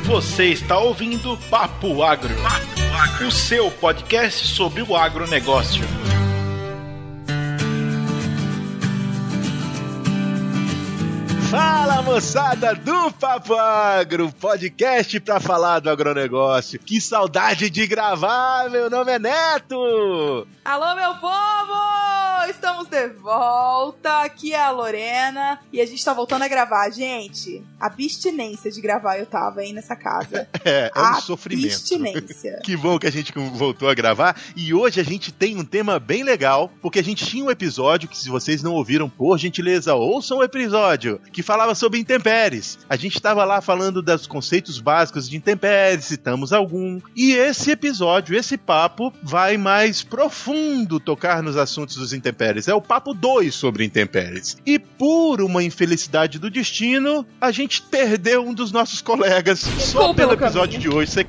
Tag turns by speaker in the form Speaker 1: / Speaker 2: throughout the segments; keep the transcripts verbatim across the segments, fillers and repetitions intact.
Speaker 1: Você está ouvindo Papo Agro, Papo Agro, o seu podcast sobre o agronegócio.
Speaker 2: Fala, moçada do Papo Agro, podcast pra falar do agronegócio. Que saudade de gravar, meu nome é Neto!
Speaker 3: Alô, meu povo! Estamos de volta, aqui é a Lorena e a gente tá voltando a gravar. Gente, abstinência de gravar eu tava aí nessa casa.
Speaker 2: É, é um a sofrimento.
Speaker 3: Abstinência.
Speaker 2: Que bom que a gente voltou a gravar e hoje a gente tem um tema bem legal, porque a gente tinha um episódio que, se vocês não ouviram, por gentileza, ouçam o episódio, que falava sobre intempéries. A gente estava lá falando dos conceitos básicos de intempéries, citamos algum, e esse episódio, esse papo, vai mais profundo tocar nos assuntos dos intempéries. É o papo dois sobre intempéries. E por uma infelicidade do destino, a gente perdeu um dos nossos colegas só pelo episódio de hoje. Você...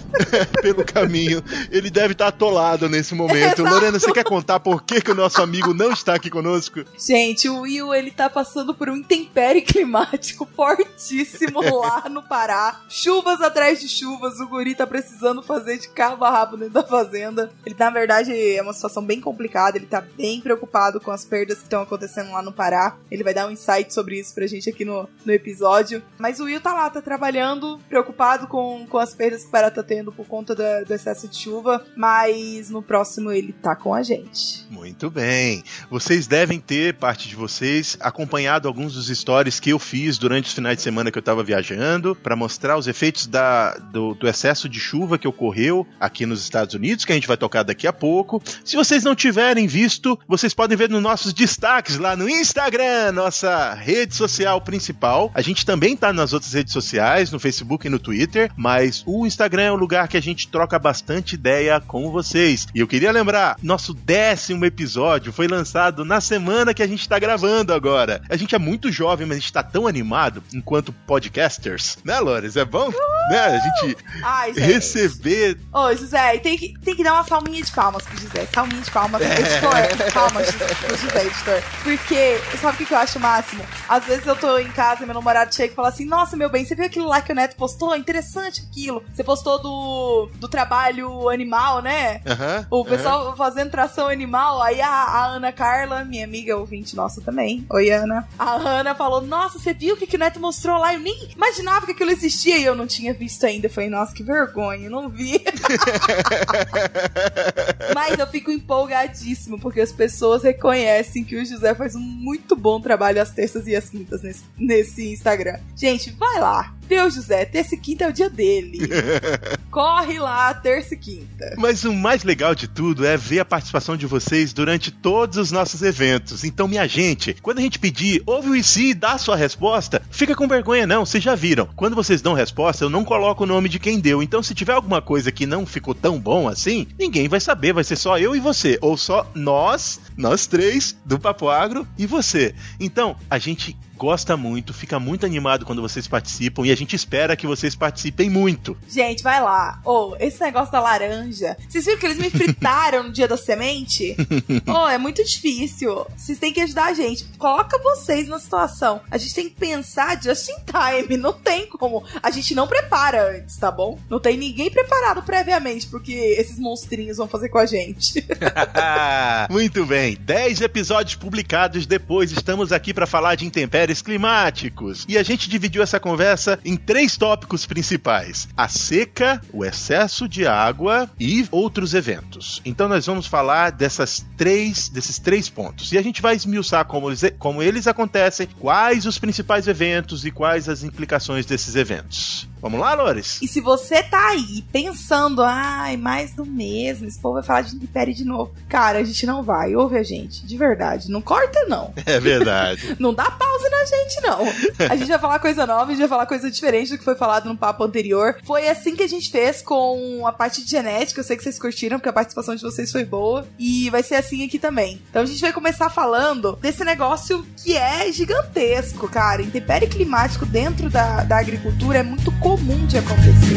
Speaker 2: pelo caminho. Ele deve estar atolado nesse momento. Exato. Lorena, você quer contar por que, que o nosso amigo não está aqui conosco?
Speaker 3: Gente, o Will, ele tá passando por um intempérie climático fortíssimo lá no Pará. Chuvas atrás de chuvas. O guri tá precisando fazer de cabo a rabo dentro da fazenda. Ele, na verdade, é uma situação bem complicada. Ele tá bem preocupado com as perdas que estão acontecendo lá no Pará. Ele vai dar um insight sobre isso pra gente aqui no, no episódio. Mas o Will tá lá, tá trabalhando, preocupado com, com as perdas que o Pará tá tendo por conta da, do excesso de chuva, mas no próximo ele tá com a gente.
Speaker 2: Muito bem. Vocês devem ter, parte de vocês, acompanhado alguns dos stories que eu fiz durante os finais de semana que eu tava viajando, para mostrar os efeitos da, do, do excesso de chuva que ocorreu aqui nos Estados Unidos, que a gente vai tocar daqui a pouco. Se vocês não tiverem visto, vocês podem ver nos nossos destaques lá no Instagram, nossa rede social principal. A gente também tá nas outras redes sociais, no Facebook e no Twitter, mas o Instagram é o lugar que a gente troca bastante ideia com vocês. E eu queria lembrar, nosso décimo episódio foi lançado na semana que a gente tá gravando agora. A gente é muito jovem, mas a gente tá tão animado enquanto podcasters, né, Lores? É bom, uh! né, a gente Ai, receber...
Speaker 3: Ô, José, tem que, tem que dar uma salminha de palmas pro José. Salminha de palmas pro editor. Palmas pro José, editor. Porque, sabe o que, que eu acho o máximo? Às vezes eu tô em casa e meu namorado chega e fala assim, nossa, meu bem, você viu aquilo lá que o Neto postou? Interessante aquilo. Você postou do do trabalho animal, né?
Speaker 2: Uhum,
Speaker 3: o pessoal
Speaker 2: uhum.
Speaker 3: fazendo tração animal. Aí a, a Ana Carla, minha amiga ouvinte nossa também. Oi, Ana. A Ana falou, nossa, você viu o que, que o Neto mostrou lá? Eu nem imaginava que aquilo existia e eu não tinha visto ainda. Eu falei, nossa, que vergonha, eu não vi. Mas eu fico empolgadíssimo porque as pessoas reconhecem que o José faz um muito bom trabalho às terças e às quintas nesse, nesse Instagram. Gente, vai lá. Meu José, terça e quinta é o dia dele. Corre lá, terça e quinta.
Speaker 2: Mas o mais legal de tudo é ver a participação de vocês durante todos os nossos eventos. Então, minha gente, quando a gente pedir, ouve o I C e dá a sua resposta, fica com vergonha não, vocês já viram. Quando vocês dão resposta, eu não coloco o nome de quem deu. Então, se tiver alguma coisa que não ficou tão bom assim, ninguém vai saber, vai ser só eu e você. Ou só nós, nós três, do Papo Agro e você. Então, a gente gosta muito, fica muito animado quando vocês participam e a gente espera que vocês participem muito.
Speaker 3: Gente, vai lá. Ô, oh, esse negócio da laranja, vocês viram que eles me fritaram no dia da semente? Ô, oh, é muito difícil. Vocês têm que ajudar a gente. Coloca vocês na situação. A gente tem que pensar just in time. Não tem como. A gente não prepara antes, tá bom? Não tem ninguém preparado previamente porque esses monstrinhos vão fazer com a gente.
Speaker 2: Muito bem. dez episódios publicados depois, estamos aqui para falar de intempéries climáticos. E a gente dividiu essa conversa em três tópicos principais: a seca, o excesso de água e outros eventos. Então nós vamos falar dessas três, desses três pontos. E a gente vai esmiuçar como eles, como eles acontecem, quais os principais eventos e quais as implicações desses eventos. Vamos lá, Lores?
Speaker 3: E se você tá aí pensando, ai, mais do mesmo, esse povo vai falar de intempérie de novo. Cara, a gente não vai, ouve a gente, de verdade. Não corta, não.
Speaker 2: É verdade.
Speaker 3: Não dá pausa na gente, não. A gente vai falar coisa nova, a gente vai falar coisa diferente do que foi falado no papo anterior. Foi assim que a gente fez com a parte de genética. Eu sei que vocês curtiram, porque a participação de vocês foi boa. E vai ser assim aqui também. Então a gente vai começar falando desse negócio que é gigantesco, cara. Intempérie climático dentro da, da agricultura é muito comum de acontecer.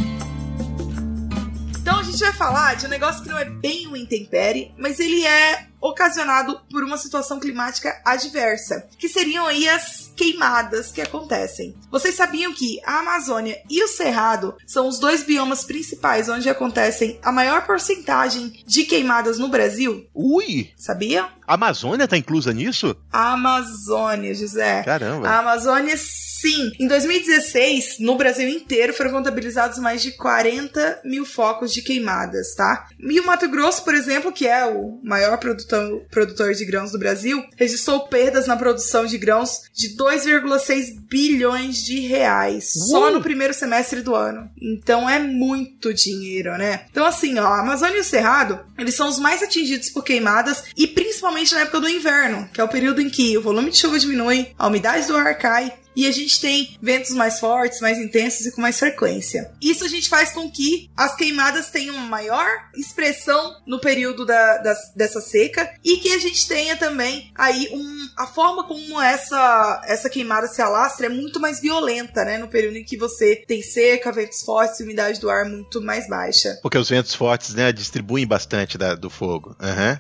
Speaker 3: Então a gente vai falar de um negócio que não é bem uma intempérie, mas ele é ocasionado por uma situação climática adversa, que seriam aí as queimadas que acontecem. Vocês sabiam que a Amazônia e o Cerrado são os dois biomas principais onde acontecem a maior porcentagem de queimadas no Brasil?
Speaker 2: Ui!
Speaker 3: Sabia?
Speaker 2: A Amazônia tá inclusa nisso?
Speaker 3: A Amazônia, José.
Speaker 2: Caramba.
Speaker 3: A Amazônia, sim. Em dois mil e dezesseis, no Brasil inteiro, foram contabilizados mais de quarenta mil focos de queimadas, tá? E o Mato Grosso, por exemplo, que é o maior produtor, produtor de grãos do Brasil, registrou perdas na produção de grãos de dois vírgula seis bilhões de reais uh! só no primeiro semestre do ano. Então é muito dinheiro, né? Então assim, ó, a Amazônia e o Cerrado, eles são os mais atingidos por queimadas e principalmente na época do inverno, que é o período em que o volume de chuva diminui, a umidade do ar cai e a gente tem ventos mais fortes, mais intensos e com mais frequência. Isso a gente faz com que as queimadas tenham uma maior expressão no período da, da, dessa seca e que a gente tenha também aí um, a forma como essa, essa queimada se alastra é muito mais violenta, né? No período em que você tem seca, ventos fortes e umidade do ar muito mais baixa.
Speaker 2: Porque os ventos fortes, né, distribuem bastante da, do fogo. Uhum.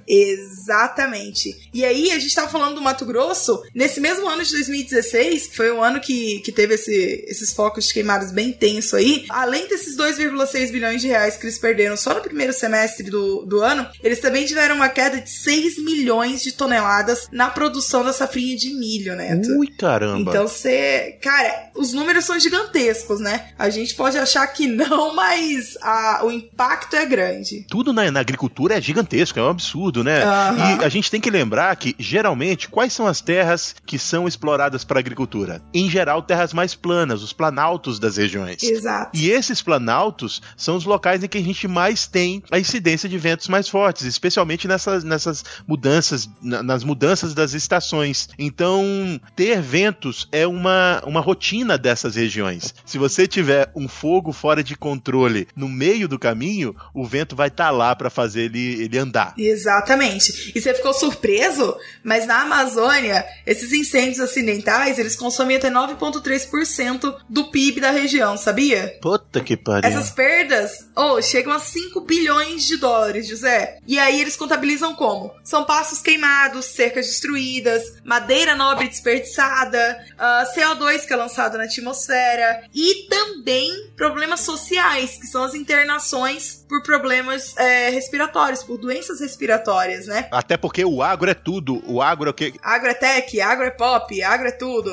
Speaker 3: Exatamente. E aí a gente tava falando do Mato Grosso, nesse mesmo ano de dois mil e dezesseis, que foi o ano que, que teve esse, esses focos de queimadas bem intenso aí, além desses dois vírgula seis bilhões de reais que eles perderam só no primeiro semestre do, do ano, eles também tiveram uma queda de seis milhões de toneladas na produção da safrinha de milho, Neto.
Speaker 2: Ui, caramba!
Speaker 3: Então você... Cara, os números são gigantescos, né? A gente pode achar que não, mas a, o impacto é grande.
Speaker 2: Tudo na, na agricultura é gigantesco, é um absurdo, né?
Speaker 3: Uhum.
Speaker 2: E a gente tem que lembrar que, geralmente, quais são as terras que são exploradas para a agricultura? Em geral, terras mais planas, os planaltos das regiões.
Speaker 3: Exato.
Speaker 2: E esses planaltos são os locais em que a gente mais tem a incidência de ventos mais fortes, especialmente nessas, nessas mudanças, nas mudanças das estações. Então, ter ventos é uma, uma rotina dessas regiões. Se você tiver um fogo fora de controle no meio do caminho, o vento vai estar lá para fazer ele, ele andar.
Speaker 3: Exatamente. E você ficou surpreso? Mas na Amazônia, esses incêndios acidentais, eles consomem até nove vírgula três por cento do P I B da região, sabia?
Speaker 2: Puta que pariu.
Speaker 3: Essas perdas, oh, chegam a cinco bilhões de dólares, José. E aí eles contabilizam como? São pastos queimados, cercas destruídas, madeira nobre desperdiçada, uh, C O dois que é lançado na atmosfera e também problemas sociais, que são as internações por problemas é, respiratórios, por doenças respiratórias, né?
Speaker 2: Até porque o agro é tudo. O agro é o que...
Speaker 3: Agro é tech, agro é pop, agro é tudo.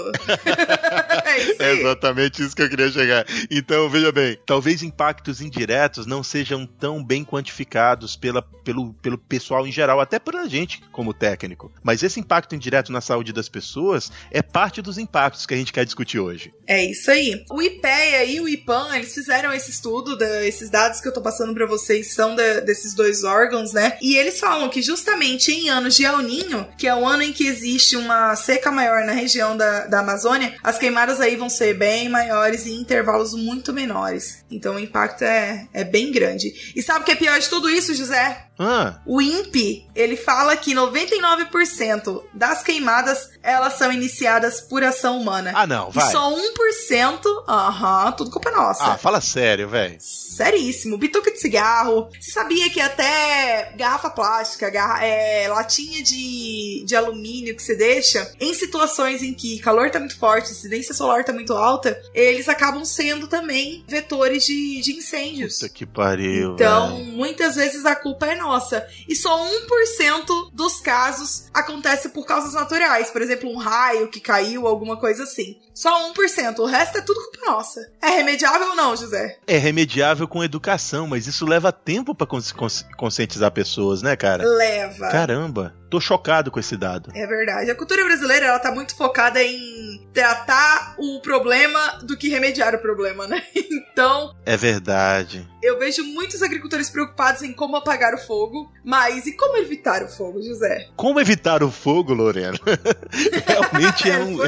Speaker 3: É isso aí.
Speaker 2: É exatamente isso que eu queria chegar. Então, veja bem, talvez impactos indiretos não sejam tão bem quantificados pela, pelo, pelo pessoal em geral, até pela gente como técnico. Mas esse impacto indireto na saúde das pessoas é parte dos impactos que a gente quer discutir hoje.
Speaker 3: É isso aí. O IPEA e o IPAM, eles fizeram esse estudo, da, esses dados que eu tô passando pra vocês são da, desses dois órgãos, né? E eles falam que justamente em anos de El Niño, que é o ano em que existe uma seca maior na região da, da Amazônia, as queimadas aí vão ser bem maiores e em intervalos muito menores. Então o impacto é, é bem grande. E sabe o que é pior de tudo isso, José?
Speaker 2: Ah.
Speaker 3: O INPE, ele fala que noventa e nove por cento das queimadas, elas são iniciadas por ação humana.
Speaker 2: Ah, não, vai.
Speaker 3: E só um por cento, aham, tudo culpa nossa.
Speaker 2: Ah, fala sério, velho.
Speaker 3: Seríssimo. Bituca de cigarro. Você sabia que até garrafa plástica, garra, é, latinha de, de alumínio que você deixa, em situações em que calor tá muito forte, incidência solar tá muito alta, eles acabam sendo também vetores de, de incêndios.
Speaker 2: Puta que pariu,
Speaker 3: Então,
Speaker 2: véio.
Speaker 3: muitas vezes a culpa é nossa. E só um por cento dos casos acontece por causas naturais. Por exemplo, um raio que caiu, alguma coisa assim. Só um por cento. O resto é tudo culpa nossa. É remediável ou não, José?
Speaker 2: É remediável com educação, mas isso leva tempo pra cons- cons- conscientizar pessoas, né, cara?
Speaker 3: Leva.
Speaker 2: Caramba. Tô chocado com esse dado.
Speaker 3: É verdade. A cultura brasileira, ela tá muito focada em tratar o problema do que remediar o problema, né? Então...
Speaker 2: É verdade.
Speaker 3: Eu vejo muitos agricultores preocupados em como apagar o fogo, mas e como evitar o fogo, José?
Speaker 2: Como evitar o fogo, Lorena? Realmente é um...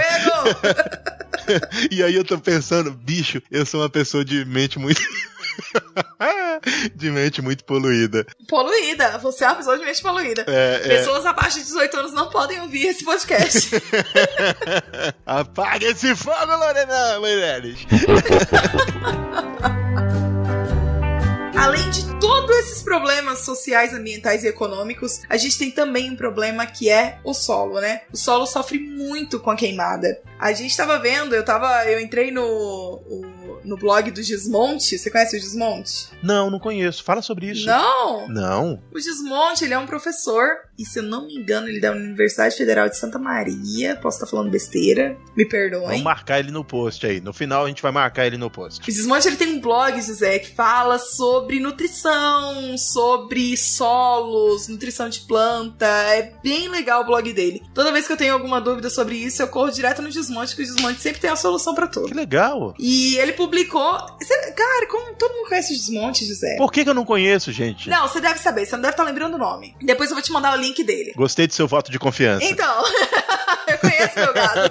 Speaker 2: E aí eu tô pensando, bicho, eu sou uma pessoa de mente muito... de mente muito poluída.
Speaker 3: Poluída, você é uma pessoa de mente poluída.
Speaker 2: É, é.
Speaker 3: Pessoas abaixo de dezoito anos não podem ouvir esse podcast.
Speaker 2: Apaga esse fogo, Lorena Meirelles.
Speaker 3: Além de todos esses problemas sociais, ambientais e econômicos, a gente tem também um problema que é o solo, né? O solo sofre muito com a queimada. A gente tava vendo, eu tava, eu entrei no, o, no blog do Gismonte. Você conhece o Gismonte?
Speaker 2: Não, não conheço. Fala sobre isso.
Speaker 3: Não?
Speaker 2: Não.
Speaker 3: O Gismonte, ele é um professor, e se eu não me engano, ele é da Universidade Federal de Santa Maria. Posso estar falando besteira, me perdoem.
Speaker 2: Vamos marcar ele no post aí. No final a gente vai marcar ele no post.
Speaker 3: O Gismonte, ele tem um blog, José, que fala sobre nutrição, sobre solos, nutrição de planta. É bem legal o blog dele. Toda vez que eu tenho alguma dúvida sobre isso, eu corro direto no Gismonte, que o Gismonte sempre tem a solução pra tudo.
Speaker 2: Que legal.
Speaker 3: E ele publicou... Cara, como todo mundo conhece o Gismonte, José?
Speaker 2: Por que que eu não conheço, gente?
Speaker 3: Não, você deve saber, você não deve estar lembrando o nome. Depois eu vou te mandar o link dele.
Speaker 2: Gostei do seu voto de confiança.
Speaker 3: Então, eu conheço meu gado.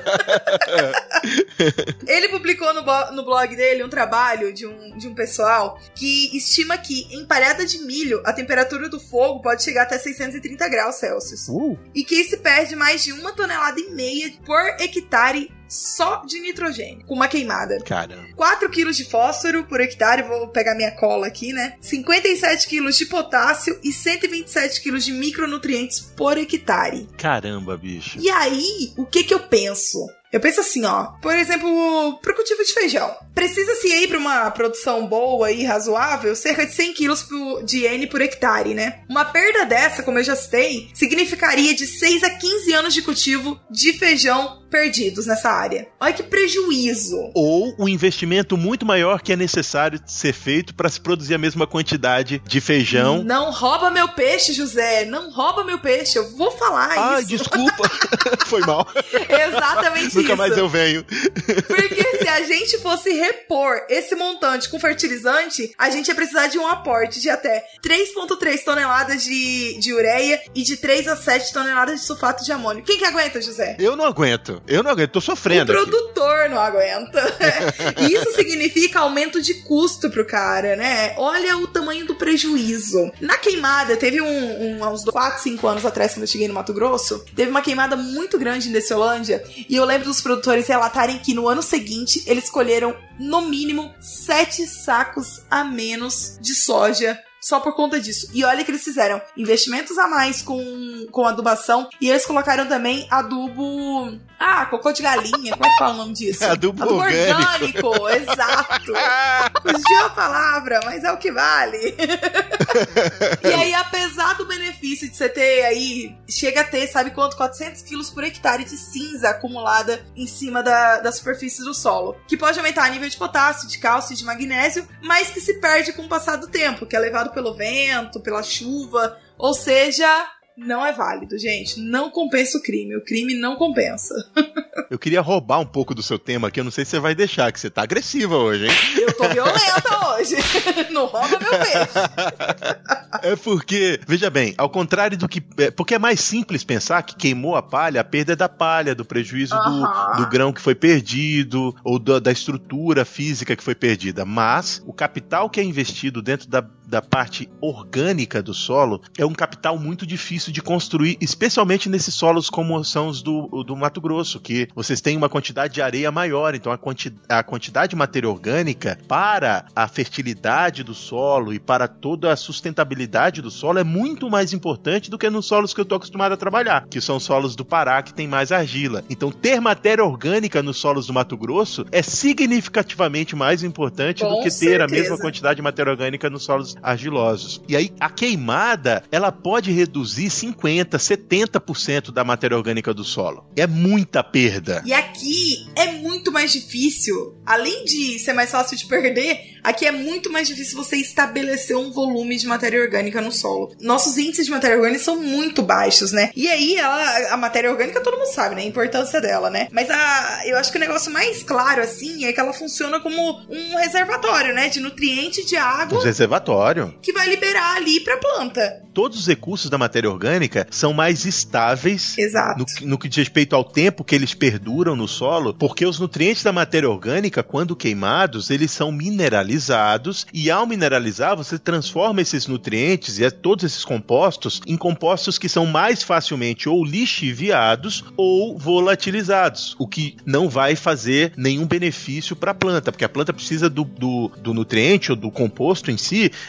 Speaker 3: Ele publicou no, no blog dele um trabalho de um, de um pessoal que estima que em palhada de milho a temperatura do fogo pode chegar até seiscentos e trinta graus Celsius.
Speaker 2: Uh.
Speaker 3: E que se perde mais de uma tonelada e meia por hectare só de nitrogênio, com uma queimada.
Speaker 2: Caramba.
Speaker 3: quatro quilos de fósforo por hectare, vou pegar minha cola aqui, né? cinquenta e sete quilos de potássio e cento e vinte e sete quilos de micronutrientes por hectare.
Speaker 2: Caramba, bicho.
Speaker 3: E aí, o que que eu penso? Eu penso assim, ó, por exemplo, pro cultivo de feijão. Precisa-se ir para uma produção boa e razoável, cerca de cem quilos de N por hectare, né? Uma perda dessa, como eu já citei, significaria de seis a quinze anos de cultivo de feijão perdidos nessa área. Olha que prejuízo.
Speaker 2: Ou um investimento muito maior que é necessário ser feito para se produzir a mesma quantidade de feijão.
Speaker 3: Não rouba meu peixe, José. Não rouba meu peixe. Eu vou falar
Speaker 2: ah, isso. Ah, desculpa. Foi mal.
Speaker 3: Exatamente isso.
Speaker 2: Nunca mais eu venho.
Speaker 3: Porque se a gente fosse repor esse montante com fertilizante, a gente ia precisar de um aporte de até três vírgula três toneladas de, de ureia e de três a sete toneladas de sulfato de amônio. Quem que aguenta, José?
Speaker 2: Eu não aguento. Eu não aguento. Tô sofrendo.
Speaker 3: O produtor aqui não aguenta. Isso significa aumento de custo pro cara, né? Olha o tamanho do prejuízo. Na queimada, teve um, um uns quatro, cinco anos atrás, quando eu cheguei no Mato Grosso, teve uma queimada muito grande em Desciolândia, e eu lembro dos produtores relatarem que no ano seguinte eles colheram no mínimo sete sacos a menos de soja só por conta disso. E olha que eles fizeram investimentos a mais com, com adubação, e eles colocaram também adubo... Ah, cocô de galinha, como é que fala o nome disso?
Speaker 2: Adubo,
Speaker 3: adubo
Speaker 2: orgânico.
Speaker 3: orgânico, exato. Fugiu a palavra, mas é o que vale. E aí, apesar do benefício de você ter aí, chega a ter, sabe quanto? quatrocentos quilos por hectare de cinza acumulada em cima da, da superfície do solo, que pode aumentar o nível de potássio, de cálcio e de magnésio, mas que se perde com o passar do tempo, que é levado pelo vento, pela chuva, ou seja... Não é válido, gente. Não compensa o crime. O crime não compensa.
Speaker 2: Eu queria roubar um pouco do seu tema aqui. Eu não sei se você vai deixar, que você tá agressiva hoje, hein?
Speaker 3: Eu tô violenta hoje. Não rouba meu peixe.
Speaker 2: É porque, veja bem, ao contrário do que... É, porque é mais simples pensar que queimou a palha, a perda é da palha, do prejuízo uh-huh. do, do grão que foi perdido, ou do, da estrutura física que foi perdida. Mas o capital que é investido dentro da, da parte orgânica do solo é um capital muito difícil de construir, especialmente nesses solos como são os do, do Mato Grosso, que vocês têm uma quantidade de areia maior, então a, quanti, a quantidade de matéria orgânica para a fertilidade do solo e para toda a sustentabilidade do solo é muito mais importante do que nos solos que eu estou acostumado a trabalhar, que são solos do Pará, que tem mais argila. Então ter matéria orgânica nos solos do Mato Grosso é significativamente mais importante
Speaker 3: Com
Speaker 2: do que
Speaker 3: certeza.
Speaker 2: ter a mesma quantidade de matéria orgânica nos solos argilosos. E aí a queimada, ela pode reduzir cinquenta, setenta por cento da matéria orgânica do solo. É muita perda.
Speaker 3: E aqui é muito mais difícil, além de ser mais fácil de perder, aqui é muito mais difícil você estabelecer um volume de matéria orgânica no solo. Nossos índices de matéria orgânica são muito baixos, né? E aí, ela, a matéria orgânica todo mundo sabe, né? A importância dela, né? Mas a, eu acho que o negócio mais claro, assim, é que ela funciona como um reservatório, né? De nutriente, de água.
Speaker 2: Um reservatório.
Speaker 3: Que vai liberar ali pra planta.
Speaker 2: Todos os recursos da matéria orgânica são mais estáveis.
Speaker 3: Exato.
Speaker 2: No, no que diz respeito ao tempo que eles perduram no solo, porque os nutrientes da matéria orgânica, quando queimados, eles são mineralizados, e ao mineralizar, você transforma esses nutrientes e todos esses compostos em compostos que são mais facilmente ou lixiviados ou volatilizados, o que não vai fazer nenhum benefício para a planta, porque a planta precisa do, do, do nutriente ou do composto em si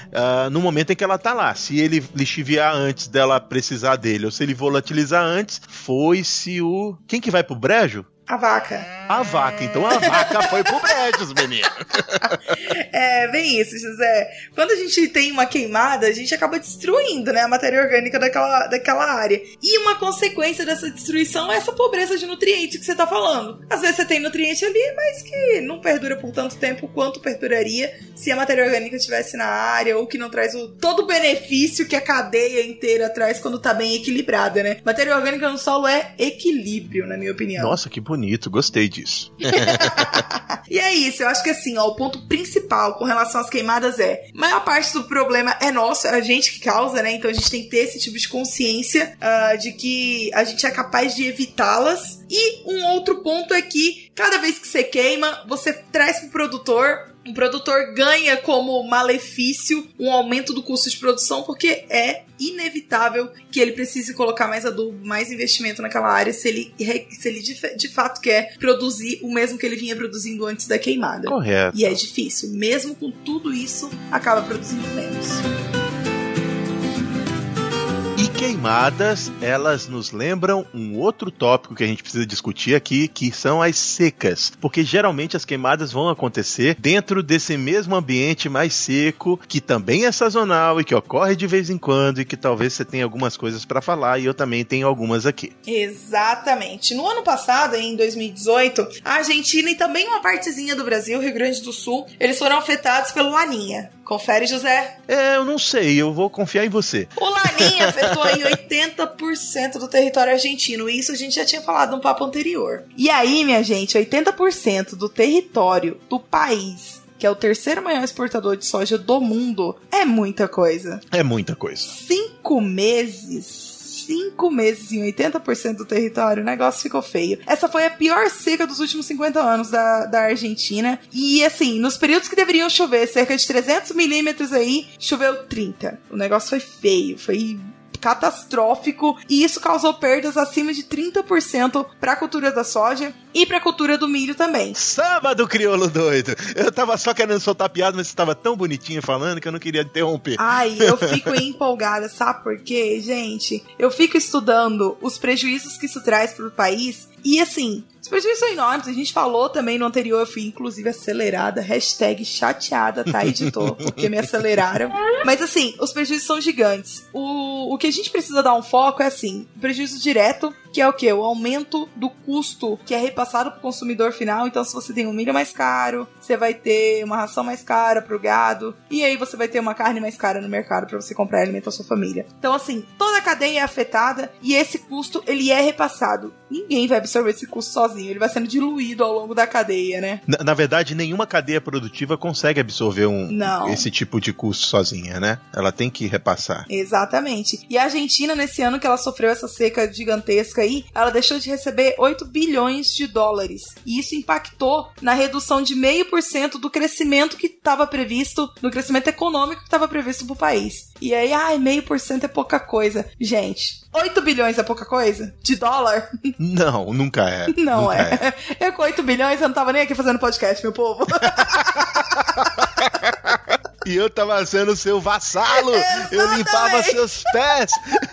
Speaker 2: uh, no momento em que ela tá lá. Se ele lixiviar antes dela precisar dele, ou se ele volatilizar antes, foi-se o... Quem que vai pro brejo?
Speaker 3: A vaca.
Speaker 2: A vaca. Então a vaca foi pro brejo, menino.
Speaker 3: É, bem isso, José. Quando a gente tem uma queimada, a gente acaba destruindo, né, a matéria orgânica daquela, daquela área. E uma consequência dessa destruição é essa pobreza de nutriente que você tá falando. Às vezes você tem nutriente ali, mas que não perdura por tanto tempo quanto perduraria se a matéria orgânica estivesse na área, ou que não traz o, todo o benefício que a cadeia inteira traz quando tá bem equilibrada, né? Matéria orgânica no solo é equilíbrio, na minha opinião.
Speaker 2: Nossa, que bonito. Bonito, gostei disso.
Speaker 3: E é isso, eu acho que assim, ó, o ponto principal com relação às queimadas é, a maior parte do problema é nosso, é a gente que causa, né? Então a gente tem que ter esse tipo de consciência uh, de que a gente é capaz de evitá-las. E um outro ponto é que cada vez que você queima, você traz pro produtor... O produtor ganha como malefício um aumento do custo de produção, porque é inevitável que ele precise colocar mais adubo, mais investimento naquela área, se ele, se ele de, de fato quer produzir o mesmo que ele vinha produzindo antes da queimada.
Speaker 2: Correto.
Speaker 3: E é difícil. Mesmo com tudo isso, acaba produzindo menos.
Speaker 2: E queimadas, elas nos lembram um outro tópico que a gente precisa discutir aqui, que são as secas. Porque geralmente as queimadas vão acontecer dentro desse mesmo ambiente mais seco, que também é sazonal e que ocorre de vez em quando, e que talvez você tenha algumas coisas para falar, e eu também tenho algumas aqui.
Speaker 3: Exatamente. No ano passado, em dois mil e dezoito, a Argentina e também uma partezinha do Brasil, Rio Grande do Sul, eles foram afetados pelo Laninha. Confere, José?
Speaker 2: É, eu não sei, eu vou confiar em você.
Speaker 3: O Laninha afetou aí oitenta por cento do território argentino, e isso a gente já tinha falado no papo anterior. E aí, minha gente, oitenta por cento do território do país, que é o terceiro maior exportador de soja do mundo, é muita coisa.
Speaker 2: É muita coisa.
Speaker 3: Cinco meses... Cinco meses em oitenta por cento do território, o negócio ficou feio. Essa foi a pior seca dos últimos cinquenta anos da, da Argentina. E assim, nos períodos que deveriam chover cerca de trezentos milímetros aí, choveu trinta. O negócio foi feio, foi catastrófico, e isso causou perdas acima de trinta por cento para a cultura da soja e para a cultura do milho também.
Speaker 2: Sábado, crioulo doido! Eu tava só querendo soltar piada, mas você tava tão bonitinho falando que eu não queria interromper.
Speaker 3: Ai, eu fico empolgada, sabe por quê, gente? Eu fico estudando os prejuízos que isso traz para o país, e assim... Os prejuízos são enormes, a gente falou também no anterior, eu fui inclusive acelerada, hashtag chateada, tá, editor, porque me aceleraram. Mas assim, os prejuízos são gigantes. O, o que a gente precisa dar um foco é assim, o prejuízo direto, que é o quê? O aumento do custo que é repassado pro consumidor final. Então se você tem um milho mais caro, você vai ter uma ração mais cara pro gado, e aí você vai ter uma carne mais cara no mercado pra você comprar e alimentar a sua família. Então assim, toda a cadeia é afetada, e esse custo, ele é repassado. Ninguém vai absorver esse custo sozinho. Ele vai sendo diluído ao longo da cadeia, né?
Speaker 2: Na, na verdade, nenhuma cadeia produtiva consegue absorver um, esse tipo de custo sozinha, né? Ela tem que repassar.
Speaker 3: Exatamente. E a Argentina, nesse ano que ela sofreu essa seca gigantesca aí, ela deixou de receber oito bilhões de dólares. E isso impactou na redução de zero vírgula cinco por cento do crescimento que estava previsto, no crescimento econômico que estava previsto pro país. E aí, ai, zero vírgula cinco por cento é pouca coisa. Gente, oito bilhões é pouca coisa? De dólar?
Speaker 2: Não, nunca é.
Speaker 3: Não
Speaker 2: nunca
Speaker 3: é. é. Eu com oito bilhões eu não tava nem aqui fazendo podcast, meu povo.
Speaker 2: E eu tava sendo seu vassalo.
Speaker 3: Exatamente.
Speaker 2: Eu limpava seus pés.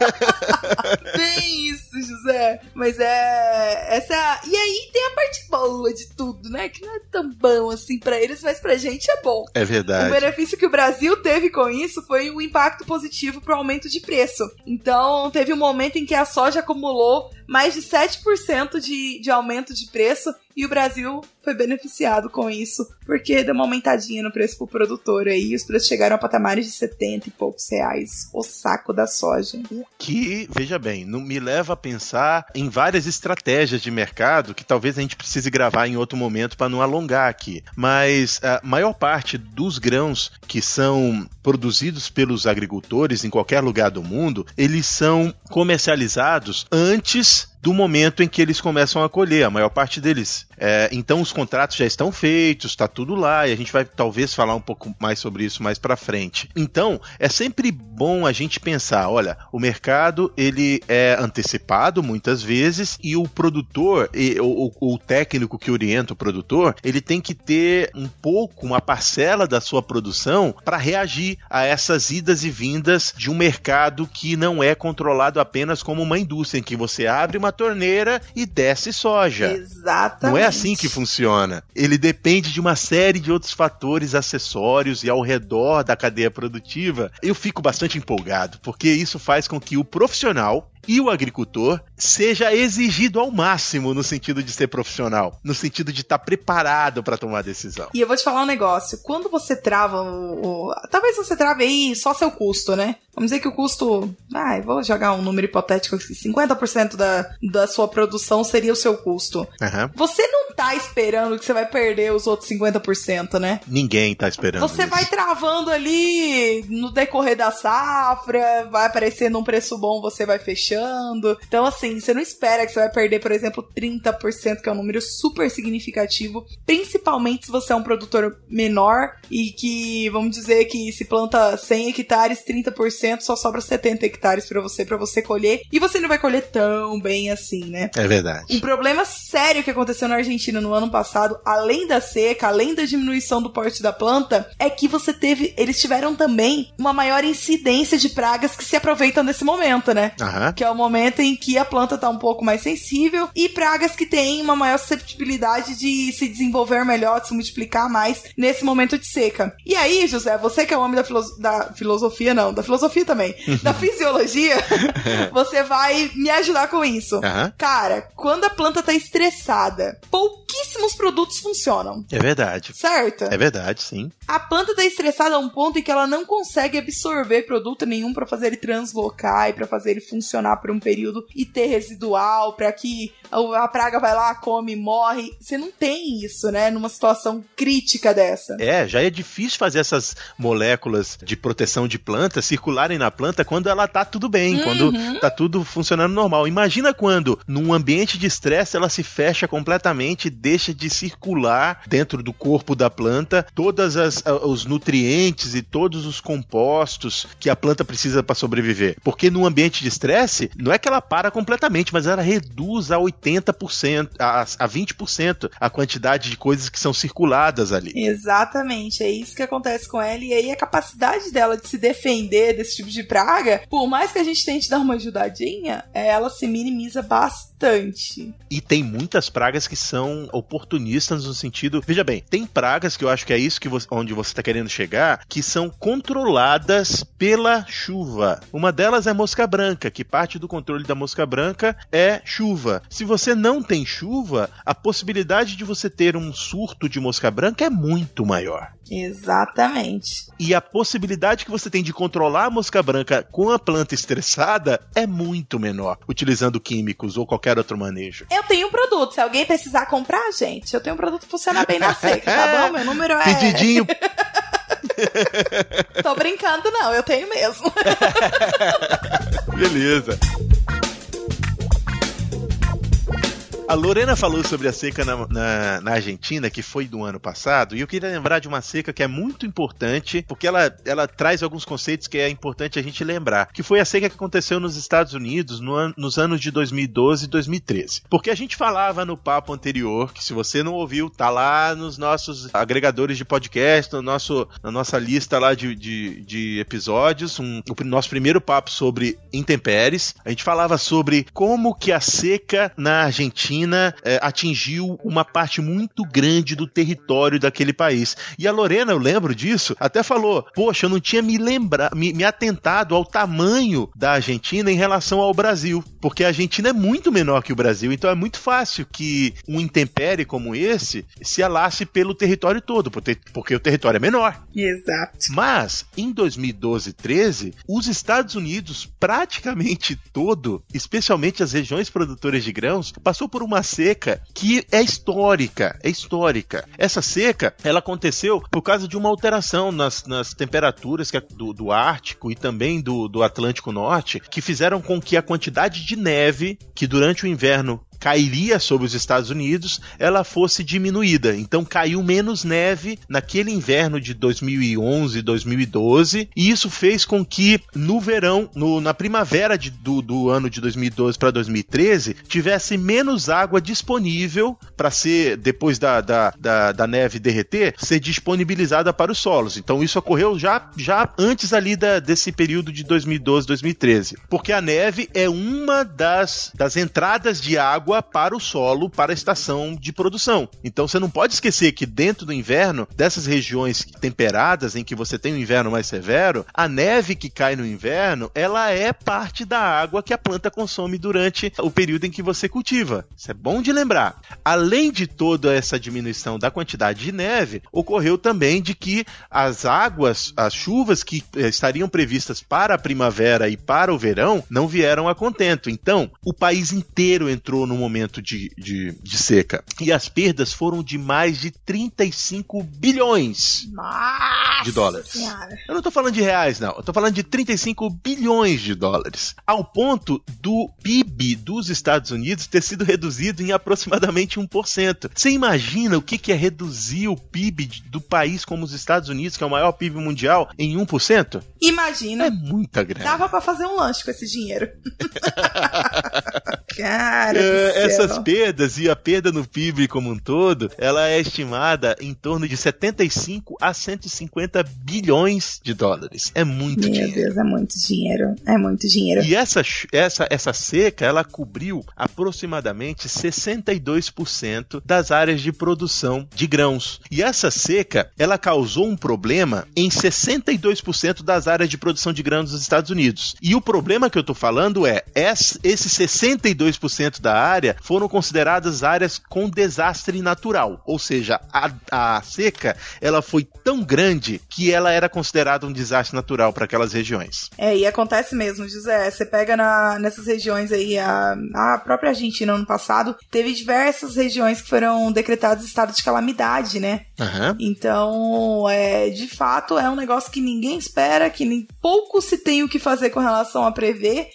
Speaker 3: Bem isso, José. Mas é... Essa é a... E aí tem a parte boa de tudo, né? Que não é tão bom assim pra eles, mas pra gente é bom.
Speaker 2: É verdade.
Speaker 3: O benefício que o Brasil teve com isso foi o impacto positivo pro aumento de preço. Então, teve um momento em que a soja acumulou mais de sete por cento de, de aumento de preço, e o Brasil foi beneficiado com isso, porque deu uma aumentadinha no preço pro produtor aí, e os preços chegaram a patamares de setenta e poucos reais o saco da soja.
Speaker 2: Que, veja bem, não me leva a pensar em várias estratégias de mercado que talvez a gente precise gravar em outro momento para não alongar aqui. Mas a maior parte dos grãos que são produzidos pelos agricultores em qualquer lugar do mundo, eles são comercializados antes do momento em que eles começam a colher, a maior parte deles. É, então os contratos já estão feitos, está tudo lá, e a gente vai talvez falar um pouco mais sobre isso mais pra frente. Então, é sempre bom a gente pensar, olha, o mercado ele é antecipado muitas vezes e o produtor, e, o, o técnico que orienta o produtor, ele tem que ter um pouco, uma parcela da sua produção para reagir a essas idas e vindas de um mercado que não é controlado apenas como uma indústria, em que você abre uma torneira e desce soja.
Speaker 3: Exatamente.
Speaker 2: Não é assim que funciona. Ele depende de uma série de outros fatores acessórios e ao redor da cadeia produtiva. Eu fico bastante empolgado, porque isso faz com que o profissional e o agricultor seja exigido ao máximo no sentido de ser profissional, no sentido de estar preparado para tomar a decisão.
Speaker 3: E eu vou te falar um negócio, quando você trava o, o... talvez você trave aí só seu custo, né? Vamos dizer que o custo, ah, eu vou jogar um número hipotético aqui, cinquenta por cento da, da sua produção seria o seu custo. Uhum. Você não tá esperando que você vai perder os outros cinquenta por cento, né?
Speaker 2: Ninguém tá esperando
Speaker 3: Você
Speaker 2: isso.
Speaker 3: vai travando ali no decorrer da safra, vai aparecendo um preço bom, você vai fechando. Então, assim, você não espera que você vai perder, por exemplo, trinta por cento, que é um número super significativo, principalmente se você é um produtor menor e que, vamos dizer que se planta cem hectares, trinta por cento, só sobra setenta hectares pra você, pra você colher, e você não vai colher tão bem assim, né?
Speaker 2: É verdade.
Speaker 3: Um problema sério que aconteceu na Argentina no ano passado, além da seca, além da diminuição do porte da planta, é que você teve, eles tiveram também uma maior incidência de pragas que se aproveitam desse momento, né?
Speaker 2: Aham.
Speaker 3: Que é o momento em que a planta tá um pouco mais sensível e pragas que têm uma maior susceptibilidade de se desenvolver melhor, de se multiplicar mais nesse momento de seca. E aí, José, você que é o homem da, filoso- da filosofia, não, da filosofia também, da fisiologia, você vai me ajudar com isso.
Speaker 2: Uhum.
Speaker 3: Cara, quando a planta tá estressada, pouquíssimos produtos funcionam.
Speaker 2: É verdade.
Speaker 3: Certo?
Speaker 2: É verdade, sim.
Speaker 3: A planta tá estressada a um ponto em que ela não consegue absorver produto nenhum pra fazer ele translocar e pra fazer ele funcionar por um período e ter residual, pra que a praga vai lá, come, morre. Você não tem isso, né? Numa situação crítica dessa.
Speaker 2: É, já é difícil fazer essas moléculas de proteção de planta circularem na planta quando ela tá tudo bem, uhum. quando tá tudo funcionando normal. Imagina quando, num ambiente de estresse, ela se fecha completamente e deixa de circular dentro do corpo da planta todos os nutrientes e todos os compostos que a planta precisa para sobreviver. Porque num ambiente de estresse, não é que ela para completamente, mas ela reduz a oitenta por cento, a, a vinte por cento a quantidade de coisas que são circuladas ali.
Speaker 3: Exatamente, é isso que acontece com ela, e aí a capacidade dela de se defender desse tipo de praga, por mais que a gente tente dar uma ajudadinha, ela se minimiza bastante.
Speaker 2: E tem muitas pragas que são oportunistas no sentido... Veja bem, tem pragas que eu acho que é isso que você, onde você está querendo chegar, que são controladas pela chuva. Uma delas é a mosca branca, que parte do controle da mosca branca é chuva. Se você não tem chuva, a possibilidade de você ter um surto de mosca branca é muito maior.
Speaker 3: Exatamente.
Speaker 2: E a possibilidade que você tem de controlar a mosca branca com a planta estressada é muito menor, utilizando químicos ou qualquer outro manejo.
Speaker 3: Eu tenho um produto, se alguém precisar comprar, gente, eu tenho um produto que funciona bem na seca, tá bom? Meu número é...
Speaker 2: Pedidinho...
Speaker 3: Tô brincando não, eu tenho mesmo.
Speaker 2: Beleza. A Lorena falou sobre a seca na, na, na Argentina, que foi do ano passado, e eu queria lembrar de uma seca que é muito importante, porque ela, ela traz alguns conceitos que é importante a gente lembrar, que foi a seca que aconteceu nos Estados Unidos no an, nos anos de dois mil e doze e dois mil e treze. Porque a gente falava no papo anterior, que se você não ouviu, tá lá nos nossos agregadores de podcast, no nosso, na nossa lista lá de, de, de episódios, um, o nosso primeiro papo sobre intempéries. A gente falava sobre como que a seca na Argentina É, atingiu uma parte muito grande do território daquele país. E a Lorena, eu lembro disso, até falou, poxa, eu não tinha me lembrado, me, me atentado ao tamanho da Argentina em relação ao Brasil, porque a Argentina é muito menor que o Brasil, então é muito fácil que um intempérie como esse se alasse pelo território todo, porque, porque o território é menor.
Speaker 3: Exato.
Speaker 2: Mas, em dois mil e doze e treze, os Estados Unidos praticamente todo, especialmente as regiões produtoras de grãos, passou por por uma seca que é histórica, é histórica. Essa seca, ela aconteceu por causa de uma alteração nas, nas temperaturas que, do, do Ártico e também do, do Atlântico Norte, que fizeram com que a quantidade de neve que durante o inverno cairia sobre os Estados Unidos, ela fosse diminuída. Então caiu menos neve naquele inverno de dois mil e onze, dois mil e doze, e isso fez com que no verão, no, na primavera de, do, do ano de dois mil e doze para dois mil e treze, tivesse menos água disponível para ser, depois da, da, da, da neve derreter, ser disponibilizada para os solos. Então isso ocorreu já, já antes ali da, desse período de dois mil e doze, dois mil e treze. Porque a neve é uma das, das entradas de água para o solo, para a estação de produção. Então você não pode esquecer que dentro do inverno, dessas regiões temperadas em que você tem um inverno mais severo, a neve que cai no inverno, ela é parte da água que a planta consome durante o período em que você cultiva. Isso é bom de lembrar. Além de toda essa diminuição da quantidade de neve, ocorreu também de que as águas, as chuvas que estariam previstas para a primavera e para o verão, não vieram a contento. Então, o país inteiro entrou num momento de, de, de seca. E as perdas foram de mais de trinta e cinco bilhões
Speaker 3: Nossa
Speaker 2: de dólares.
Speaker 3: Senhora.
Speaker 2: Eu não tô falando de reais, não. Eu tô falando de trinta e cinco bilhões de dólares. Ao ponto do P I B dos Estados Unidos ter sido reduzido em aproximadamente um por cento. Você imagina o que, que é reduzir o P I B do país como os Estados Unidos, que é o maior P I B mundial, em um por cento?
Speaker 3: Imagina.
Speaker 2: É muita grana.
Speaker 3: Dava pra fazer um lanche com esse dinheiro. Cara,
Speaker 2: é, essas perdas e a perda no P I B como um todo, ela é estimada em torno de setenta e cinco a cento e cinquenta bilhões de dólares. É muito
Speaker 3: Meu
Speaker 2: dinheiro.
Speaker 3: Meu Deus, é muito dinheiro. É muito dinheiro.
Speaker 2: E essa, essa, essa seca, ela cobriu aproximadamente sessenta e dois por cento das áreas de produção de grãos. E essa seca, ela causou um problema em sessenta e dois por cento das áreas de produção de grãos dos Estados Unidos. E o problema que eu tô falando é, esses sessenta e dois por cento da área foram consideradas áreas com desastre natural. Ou seja, a, a seca, ela foi tão grande que ela era considerada um desastre natural para aquelas regiões.
Speaker 3: É, e acontece mesmo, José. Você pega na, nessas regiões aí, a, a própria Argentina ano passado, teve diversas regiões que foram decretadas estado de calamidade, né?
Speaker 2: Uhum.
Speaker 3: Então, é, de fato, é um negócio que ninguém espera, que nem pouco se tem o que fazer com relação a prever,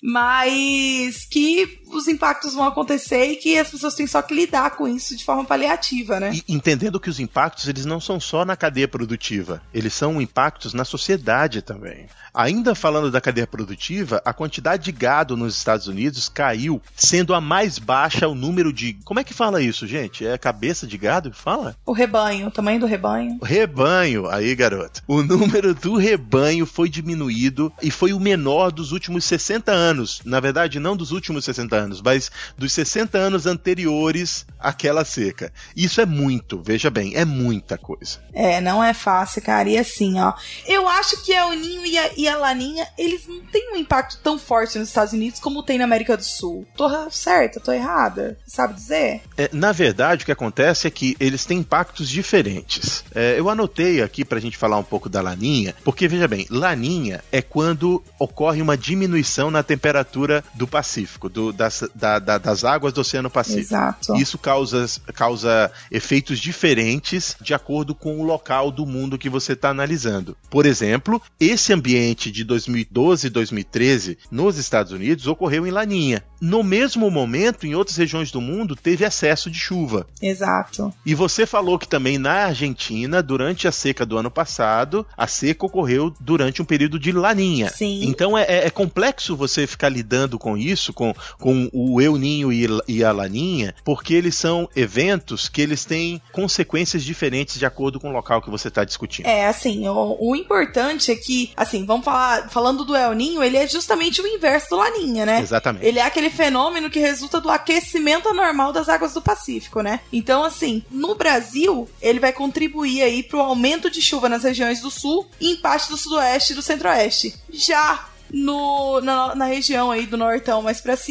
Speaker 3: mas que os impactos vão acontecer e que as pessoas têm só que lidar com isso de forma paliativa, né?
Speaker 2: E entendendo que os impactos, eles não são só na cadeia produtiva, eles são impactos na sociedade também. Ainda falando da cadeia produtiva, a quantidade de gado nos Estados Unidos caiu, sendo a mais baixa o número de... Como é que fala isso, gente? É cabeça de gado que fala?
Speaker 3: O rebanho, o tamanho do rebanho.
Speaker 2: Rebanho, aí garoto. O número do rebanho foi diminuído e foi o menor dos últimos sessenta anos. Na verdade, não dos últimos sessenta anos, mas dos sessenta anos anteriores àquela seca. Isso é muito, veja bem, é muita coisa.
Speaker 3: É, não é fácil, cara. E assim, ó, eu acho que El Niño e a, e a Laninha, eles não têm um impacto tão forte nos Estados Unidos como tem na América do Sul. Tô certa, tô errada? Sabe dizer?
Speaker 2: É, na verdade, o que acontece é que eles têm impactos diferentes. É, eu anotei aqui pra gente falar um pouco da Laninha, porque, veja bem, Laninha é quando ocorre uma diminuição na temperatura do Pacífico, do, das, da, da, das águas do Oceano Pacífico.
Speaker 3: Exato.
Speaker 2: Isso causa, causa efeitos diferentes de acordo com o local do mundo que você está analisando. Por exemplo, esse ambiente de dois mil e doze e dois mil e treze nos Estados Unidos ocorreu em Laninha. No mesmo momento, em outras regiões do mundo, teve excesso de chuva.
Speaker 3: Exato.
Speaker 2: E você falou que também na Argentina, durante a seca do ano passado, a seca ocorreu durante um período de Laninha.
Speaker 3: Sim.
Speaker 2: Então é, é complexo você ficar lidando com isso, com, com o El Niño e, e a Laninha, porque eles são eventos que eles têm consequências diferentes de acordo com o local que você está discutindo.
Speaker 3: É, assim, o, o importante é que, assim, vamos falar, falando do El Niño, ele é justamente o inverso do Laninha, né?
Speaker 2: Exatamente.
Speaker 3: Ele é aquele fenômeno que resulta do aquecimento anormal das águas do Pacífico, né? Então, assim, no Brasil, ele vai contribuir aí pro aumento de chuva nas regiões do sul e em parte do sudoeste e do centro-oeste. Já no, na, na região aí do nortão mais pra cima,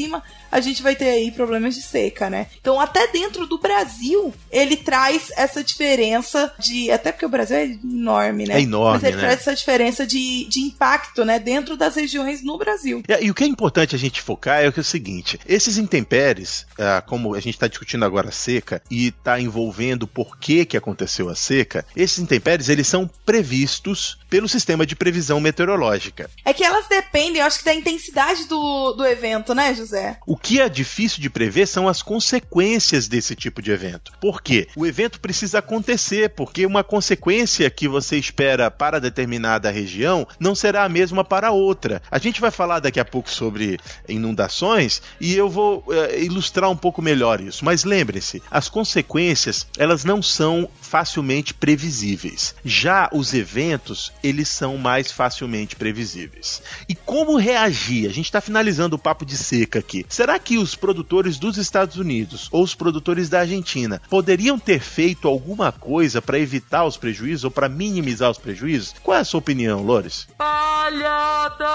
Speaker 3: a gente vai ter aí problemas de seca, né? Então, até dentro do Brasil, ele traz essa diferença de... Até porque o Brasil é enorme, né?
Speaker 2: É enorme,
Speaker 3: Mas ele
Speaker 2: né?
Speaker 3: traz essa diferença de, de impacto, né? Dentro das regiões no Brasil.
Speaker 2: E, e o que é importante a gente focar é o, que é o seguinte, esses intempéries, ah, como a gente está discutindo agora a seca, e está envolvendo por que que aconteceu a seca, esses intempéries, eles são previstos pelo sistema de previsão meteorológica.
Speaker 3: É que elas dependem, eu acho que da intensidade do, do evento, né, José?
Speaker 2: O que é difícil de prever são as consequências desse tipo de evento. Por quê? O evento precisa acontecer, porque uma consequência que você espera para determinada região não será a mesma para outra. A gente vai falar daqui a pouco sobre inundações e eu vou uh, ilustrar um pouco melhor isso. Mas lembre-se, as consequências, elas não são facilmente previsíveis. Já os eventos, eles são mais facilmente previsíveis. E como reagir? A gente está finalizando o papo de seca aqui. Será que os produtores dos Estados Unidos ou os produtores da Argentina poderiam ter feito alguma coisa para evitar os prejuízos ou para minimizar os prejuízos? Qual é a sua opinião, Loures?
Speaker 3: Palhada!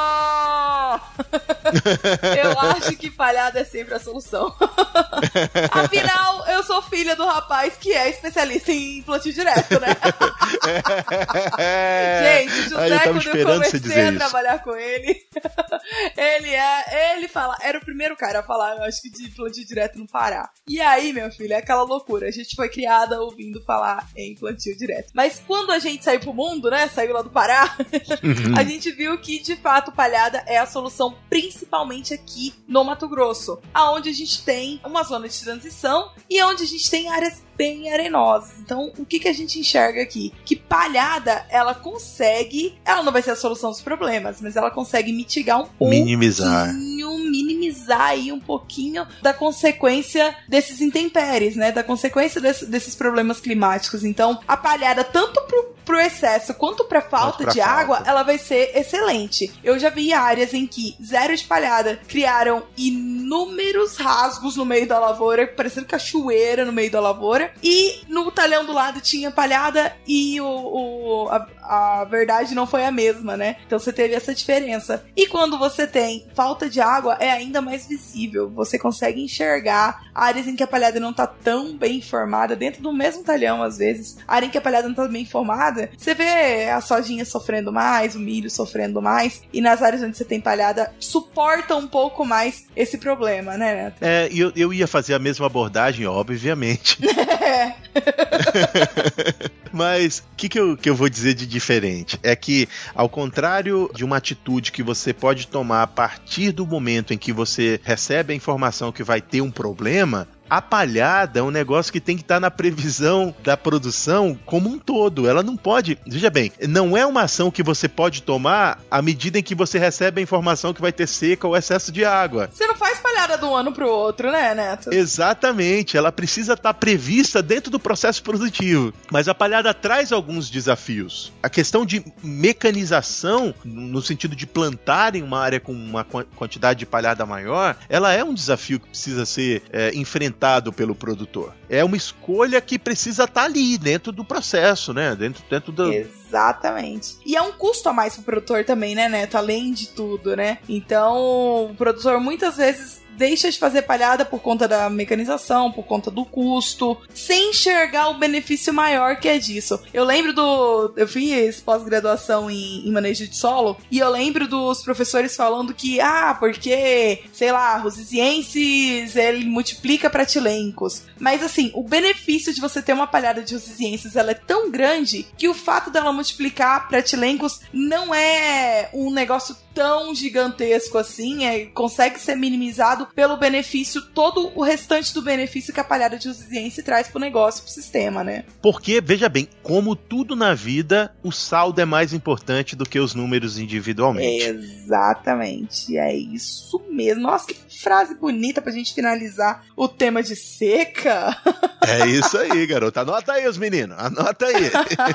Speaker 3: Eu acho que palhada é sempre a solução. Afinal, eu sou filha do rapaz que é especialista em plantio direto, né? Gente, o José,
Speaker 2: eu
Speaker 3: quando eu comecei a trabalhar com ele, ele é, ele fala, era o primeiro cara a falar, eu acho que de plantio direto no Pará. E aí, meu filho, é aquela loucura. A gente foi criada ouvindo falar em plantio direto. Mas quando a gente saiu pro mundo, né, saiu lá do Pará, uhum. a gente viu que, de fato, palhada é a solução, principalmente aqui no Mato Grosso, aonde a gente tem uma zona de transição e onde a gente tem áreas bem arenosas. Então, o que, que a gente enxerga aqui? Que palhada, ela consegue, ela não vai ser a solução dos problemas, mas ela consegue mitigar um pouco,
Speaker 2: minimizar,
Speaker 3: minimizar aí um pouquinho da consequência desses intempéries, né? Da consequência desse, desses problemas climáticos. Então, a palhada, tanto pro, pro excesso quanto pra falta pra de falta. água, ela vai ser excelente. Eu já vi áreas em que zero de palhada criaram inúmeros rasgos no meio da lavoura, parecendo cachoeira no meio da lavoura. E no talhão do lado tinha palhada e o, o, a, a verdade não foi a mesma, né? Então você teve essa diferença. E quando você tem falta de água, é ainda mais visível. Você consegue enxergar áreas em que a palhada não tá tão bem formada, dentro do mesmo talhão, às vezes. A área em que a palhada não tá bem formada, você vê a sojinha sofrendo mais, o milho sofrendo mais. E nas áreas onde você tem palhada, suporta um pouco mais esse problema, né, Neto?
Speaker 2: É, eu, eu ia fazer a mesma abordagem, obviamente.
Speaker 3: É.
Speaker 2: Mas o que, que, eu, que eu vou dizer de diferente? É que, ao contrário de uma atitude que você pode tomar a partir do momento em que você recebe a informação que vai ter um problema, a palhada é um negócio que tem que estar na previsão da produção como um todo. Ela não pode... Veja bem, não é uma ação que você pode tomar à medida em que você recebe a informação que vai ter seca ou excesso de água.
Speaker 3: Você não faz palhada de um ano pro outro, né, Neto?
Speaker 2: Exatamente. Ela precisa estar prevista dentro do processo produtivo. Mas a palhada traz alguns desafios. A questão de mecanização, no sentido de plantar em uma área com uma quantidade de palhada maior, ela é um desafio que precisa ser é, enfrentado pelo produtor. É uma escolha que precisa estar ali, dentro do processo, né? Dentro, dentro do...
Speaker 3: Exatamente. E é um custo a mais pro produtor também, né, Neto? Além de tudo, né? Então, o produtor muitas vezes deixa de fazer palhada por conta da mecanização, por conta do custo, sem enxergar o benefício maior que é disso. Eu lembro do... Eu fiz pós-graduação em, em manejo de solo, e eu lembro dos professores falando que, ah, porque, sei lá, rosizienses, ele multiplica pratilencos. Mas, assim, o benefício de você ter uma palhada de rosizienses, ela é tão grande que o fato dela multiplicar pratilencos não é um negócio tão gigantesco assim, é, consegue ser minimizado pelo benefício, todo o restante do benefício que a palhada de rosiziense traz pro negócio, pro sistema, né?
Speaker 2: Porque, veja bem, como tudo na vida, o saldo é mais importante do que os números individualmente.
Speaker 3: Exatamente, é isso mesmo. Nossa, que frase bonita pra gente finalizar o tema de seca.
Speaker 2: É isso aí, garoto. Anota aí, os meninos, anota aí.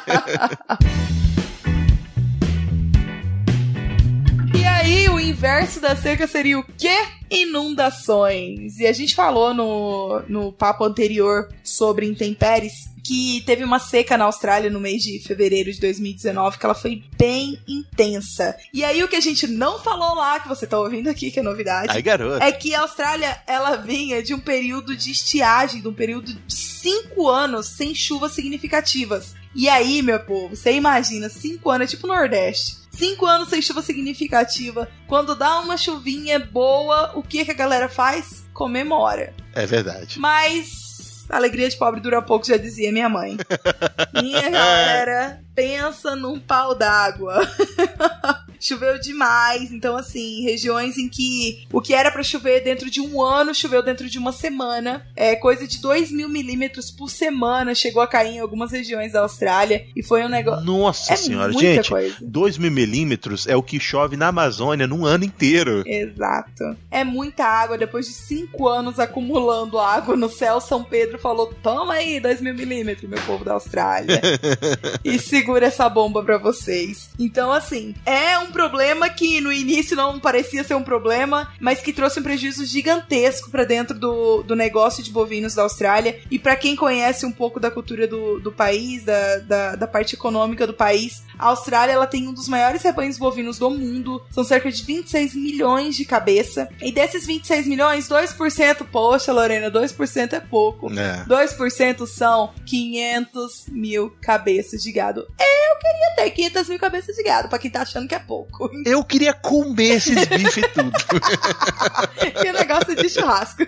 Speaker 3: E aí, o inverso da seca seria o quê? Inundações. E a gente falou no, no papo anterior sobre intempéries que teve uma seca na Austrália no mês de fevereiro de dois mil e dezenove, que ela foi bem intensa. E aí o que a gente não falou lá, que você tá ouvindo aqui, que é novidade,
Speaker 2: Ai, garoto.
Speaker 3: é que a Austrália, ela vinha de um período de estiagem, de um período de cinco anos sem chuvas significativas. E aí, meu povo, você imagina, cinco anos, é tipo Nordeste. Cinco anos sem chuva significativa. Quando dá uma chuvinha boa, o que, que a galera faz? Comemora.
Speaker 2: É verdade.
Speaker 3: Mas a alegria de pobre dura pouco, já dizia minha mãe. Minha galera, pensa num pau d'água. Choveu demais, então assim, regiões em que o que era pra chover dentro de um ano, choveu dentro de uma semana. É coisa de dois mil milímetros por semana chegou a cair em algumas regiões da Austrália e foi um negócio...
Speaker 2: Nossa
Speaker 3: é
Speaker 2: senhora,
Speaker 3: muita
Speaker 2: gente,
Speaker 3: coisa.
Speaker 2: dois mil milímetros é o que chove na Amazônia num ano inteiro.
Speaker 3: Exato. É muita água, depois de cinco anos acumulando água no céu, São Pedro falou, toma aí dois mil milímetros, meu povo da Austrália. E segura essa bomba pra vocês. Então assim, é um problema que no início não parecia ser um problema, mas que trouxe um prejuízo gigantesco pra dentro do, do negócio de bovinos da Austrália. E pra quem conhece um pouco da cultura do, do país, da, da, da parte econômica do país, a Austrália ela tem um dos maiores rebanhos bovinos do mundo, são cerca de vinte e seis milhões de cabeça, e desses vinte e seis milhões, dois por cento, poxa Lorena, dois por cento é pouco,
Speaker 2: É.
Speaker 3: dois por cento são quinhentos mil cabeças de gado. Eu queria ter quinhentas mil cabeças de gado, pra quem tá achando que é pouco.
Speaker 2: Eu queria comer esses bifes tudo.
Speaker 3: Que negócio de churrasco.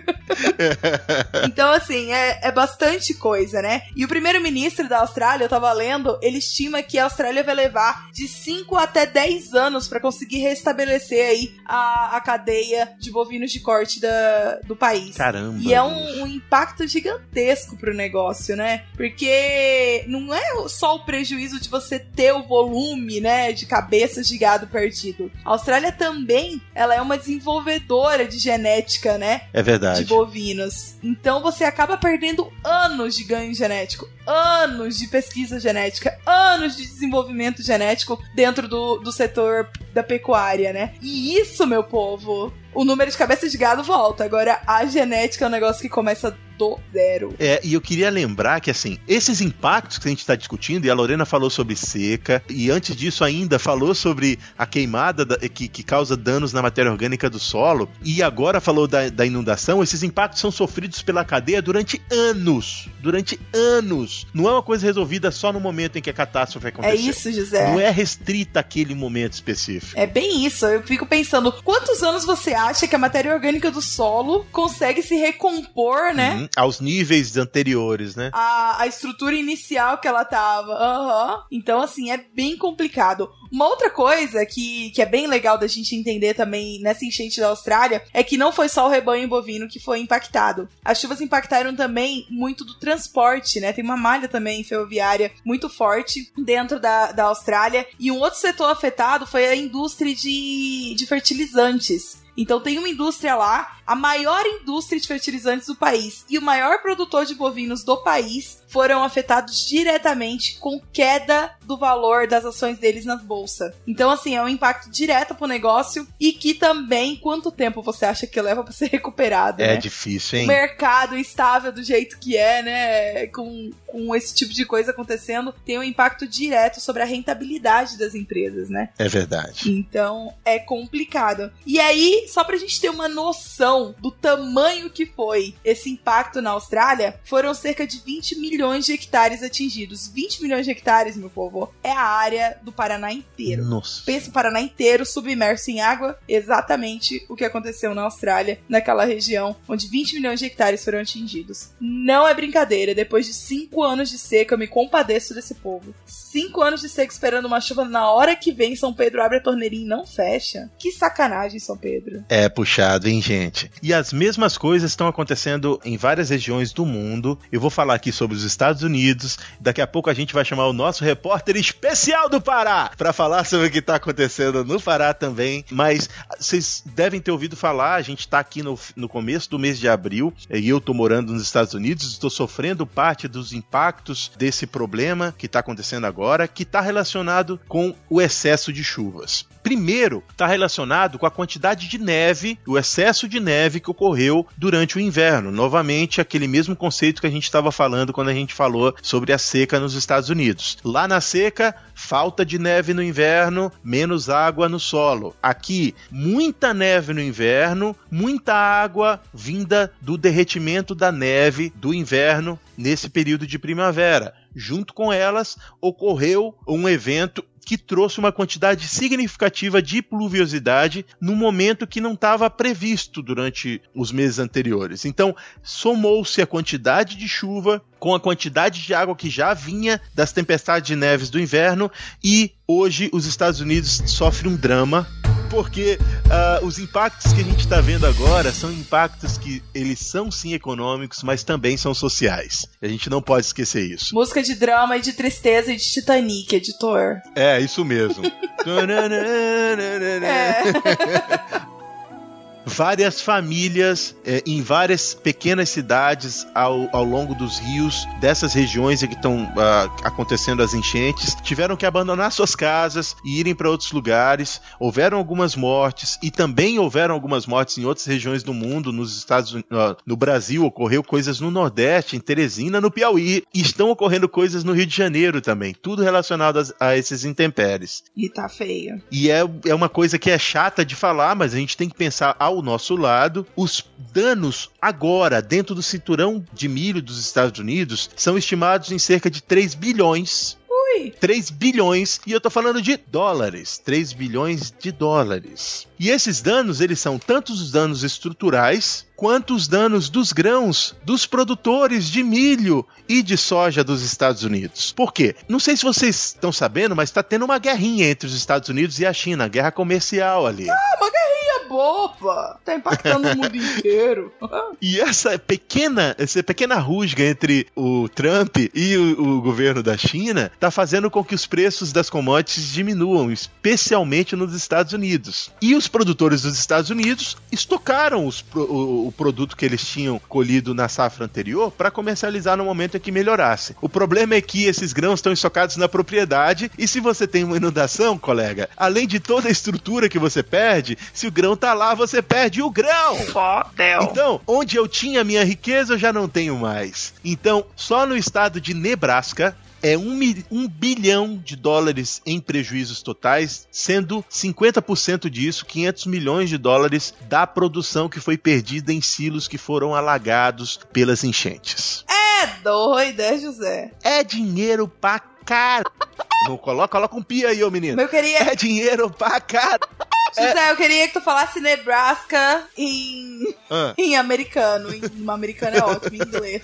Speaker 3: Então, assim, é, é bastante coisa, né? E o primeiro-ministro da Austrália, eu tava lendo, ele estima que a Austrália vai levar de cinco até dez anos pra conseguir restabelecer aí a, a cadeia de bovinos de corte da, do país.
Speaker 2: Caramba.
Speaker 3: E é um, um impacto gigantesco pro negócio, né? Porque não é só o prejuízo de você ter o volume, né, de cabeças de gado perdido. A Austrália também, ela é uma desenvolvedora de genética, né?
Speaker 2: É verdade.
Speaker 3: De bovinos. Então você acaba perdendo anos de ganho genético, anos de pesquisa genética, anos de desenvolvimento genético dentro do, do setor da pecuária, né? E isso, meu povo, o número de cabeças de gado volta. Agora, a genética é um negócio que começa do zero.
Speaker 2: É, e eu queria lembrar que, assim, esses impactos que a gente está discutindo, e a Lorena falou sobre seca, e antes disso ainda falou sobre a queimada da, que, que causa danos na matéria orgânica do solo, e agora falou da, da inundação, esses impactos são sofridos pela cadeia durante anos. Durante anos. Não é uma coisa resolvida só no momento em que a catástrofe aconteceu.
Speaker 3: É isso, José.
Speaker 2: Não é restrita àquele momento específico.
Speaker 3: É bem isso. Eu fico pensando, quantos anos você acha que a matéria orgânica do solo consegue se recompor, né?
Speaker 2: Uhum, aos níveis anteriores, né?
Speaker 3: A, a estrutura inicial que ela tava. Uhum. Então, assim, é bem complicado. Uma outra coisa que, que é bem legal da gente entender também nessa enchente da Austrália é que não foi só o rebanho bovino que foi impactado. As chuvas impactaram também muito do transporte, né? Tem uma malha também ferroviária muito forte dentro da, da Austrália. E um outro setor afetado foi a indústria de, de fertilizantes. Então tem uma indústria lá, a maior indústria de fertilizantes do país e o maior produtor de bovinos do país foram afetados diretamente com queda do valor das ações deles nas bolsas. Então, assim, é um impacto direto pro negócio e que também, quanto tempo você acha que leva pra ser recuperado,
Speaker 2: É
Speaker 3: né?
Speaker 2: difícil, hein?
Speaker 3: O mercado estável do jeito que é, né? Com, com esse tipo de coisa acontecendo, tem um impacto direto sobre a rentabilidade das empresas, né?
Speaker 2: É verdade.
Speaker 3: Então, é complicado. E aí, só pra gente ter uma noção do tamanho que foi esse impacto na Austrália, foram cerca de vinte milhões de hectares atingidos. vinte milhões de hectares, meu povo, é a área do Paraná inteiro.
Speaker 2: Nossa.
Speaker 3: Pensa o Paraná inteiro submerso em água, exatamente o que aconteceu na Austrália, naquela região onde vinte milhões de hectares foram atingidos. Não é brincadeira, depois de cinco anos de seca, eu me compadeço desse povo. Cinco anos de seca esperando uma chuva, na hora que vem, São Pedro abre a torneirinha e não fecha. Que sacanagem, São Pedro.
Speaker 2: É puxado, hein, gente? E as mesmas coisas estão acontecendo em várias regiões do mundo. Eu vou falar aqui sobre os Estados Unidos. Daqui a pouco a gente vai chamar o nosso repórter especial do Pará para falar sobre o que está acontecendo no Pará também. Mas vocês devem ter ouvido falar, a gente está aqui no, no começo do mês de abril e eu estou morando nos Estados Unidos, estou sofrendo parte dos impactos desse problema que está acontecendo agora, que está relacionado com o excesso de chuvas. Primeiro, está relacionado com a quantidade de neve, o excesso de neve que ocorreu durante o inverno. Novamente, aquele mesmo conceito que a gente estava falando quando a gente falou sobre a seca nos Estados Unidos. Lá na seca, falta de neve no inverno, menos água no solo. Aqui, muita neve no inverno, muita água vinda do derretimento da neve do inverno nesse período de primavera. Junto com elas, ocorreu um evento que trouxe uma quantidade significativa de pluviosidade no momento que não estava previsto durante os meses anteriores. Então, somou-se a quantidade de chuva com a quantidade de água que já vinha das tempestades de neves do inverno, e hoje os Estados Unidos sofrem um drama, porque uh, os impactos que a gente está vendo agora são impactos que eles são sim econômicos, mas também são sociais. A gente não pode esquecer isso.
Speaker 3: Música de drama e de tristeza e de Titanic, editor.
Speaker 2: É, isso mesmo.
Speaker 3: É.
Speaker 2: Várias famílias é, em várias pequenas cidades ao, ao longo dos rios dessas regiões em que estão uh, acontecendo as enchentes tiveram que abandonar suas casas e irem para outros lugares. Houveram algumas mortes, e também houveram algumas mortes em outras regiões do mundo. Nos Estados Unidos, uh, no Brasil ocorreu coisas no Nordeste, em Teresina, no Piauí, e estão ocorrendo coisas no Rio de Janeiro também, tudo relacionado a, a esses intempéries.
Speaker 3: E tá feio.
Speaker 2: E é, é uma coisa que é chata de falar, mas a gente tem que pensar ao nosso lado. Os danos agora dentro do cinturão de milho dos Estados Unidos são estimados em cerca de três bilhões.
Speaker 3: Ui.
Speaker 2: três bilhões, e eu tô falando de dólares, três bilhões de dólares. E esses danos, eles são tanto os danos estruturais, quanto os danos dos grãos dos produtores de milho e de soja dos Estados Unidos. Por quê? Não sei se vocês estão sabendo, mas está tendo uma guerrinha entre os Estados Unidos e a China, guerra comercial ali.
Speaker 3: Ah, uma guerrinha boba! Tá impactando o mundo inteiro.
Speaker 2: E essa pequena, essa pequena rusga entre o Trump e o, o governo da China está fazendo com que os preços das commodities diminuam, especialmente nos Estados Unidos. E os produtores dos Estados Unidos estocaram os, o, o produto que eles tinham colhido na safra anterior para comercializar no momento em que melhorasse. O problema é que esses grãos estão estocados na propriedade, e se você tem uma inundação, colega, além de toda a estrutura que você perde, se o grão tá lá, você perde o grão.
Speaker 3: Fodeu.
Speaker 2: Então, onde eu tinha minha riqueza, eu já não tenho mais. Então, só no estado de Nebraska, é um, mil, um bilhão de dólares em prejuízos totais, sendo cinquenta por cento disso, quinhentos milhões de dólares da produção que foi perdida em silos que foram alagados pelas enchentes.
Speaker 3: É doido, é, José?
Speaker 2: É dinheiro pra caralho. Não coloca, coloca um pi aí, ô menino.
Speaker 3: Eu queria...
Speaker 2: É dinheiro pra caralho.
Speaker 3: José, é... eu queria que tu falasse Nebraska em, ah. em americano. Em americano é ótimo, em inglês.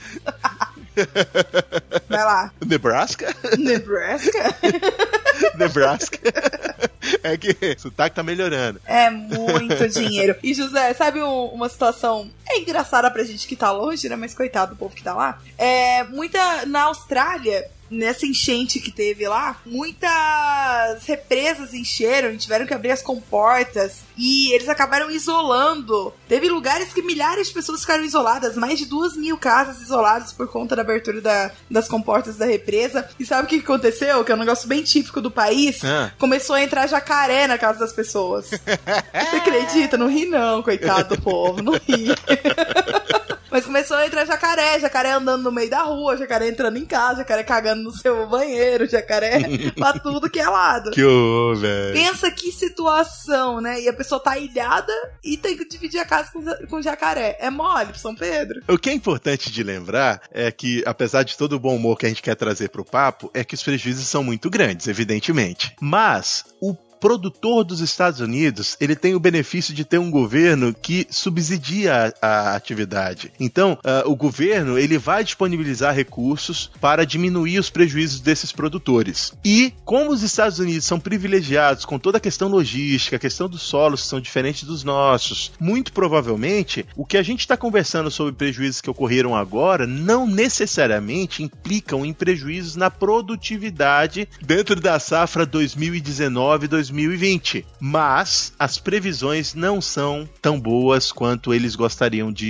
Speaker 3: Vai lá.
Speaker 2: Nebraska?
Speaker 3: Nebraska?
Speaker 2: Nebraska. É que o sotaque tá melhorando.
Speaker 3: É muito dinheiro. E, José, sabe um, uma situação é engraçada pra gente que tá longe, né? Mas coitado do povo que tá lá. É, muita... Na Austrália, nessa enchente que teve lá, muitas represas encheram e tiveram que abrir as comportas, e eles acabaram isolando. Teve lugares que milhares de pessoas ficaram isoladas, mais de duas mil casas isoladas por conta da abertura da, das comportas da represa. E sabe o que aconteceu? Que é um negócio bem típico do país. Ah. Começou a entrar jacaré na casa das pessoas. Você acredita? Não ri não, coitado do povo, não ri. Mas começou a entrar jacaré, jacaré andando no meio da rua, jacaré entrando em casa, jacaré cagando no seu banheiro, jacaré pra tudo que é lado.
Speaker 2: Que horror, velho.
Speaker 3: Pensa que situação, né? E a pessoa tá ilhada e tem que dividir a casa com, com jacaré. É mole pro São Pedro.
Speaker 2: O que é importante de lembrar é que, apesar de todo o bom humor que a gente quer trazer pro papo, é que os prejuízos são muito grandes, evidentemente. Mas o produtor dos Estados Unidos, ele tem o benefício de ter um governo que subsidia a, a atividade. Então, uh, o governo, ele vai disponibilizar recursos para diminuir os prejuízos desses produtores. E, como os Estados Unidos são privilegiados com toda a questão logística, a questão dos solos que são diferentes dos nossos, muito provavelmente, o que a gente está conversando sobre prejuízos que ocorreram agora, não necessariamente implicam em prejuízos na produtividade dentro da safra dois mil e dezenove, dois mil e vinte, mas as previsões não são tão boas quanto eles gostariam de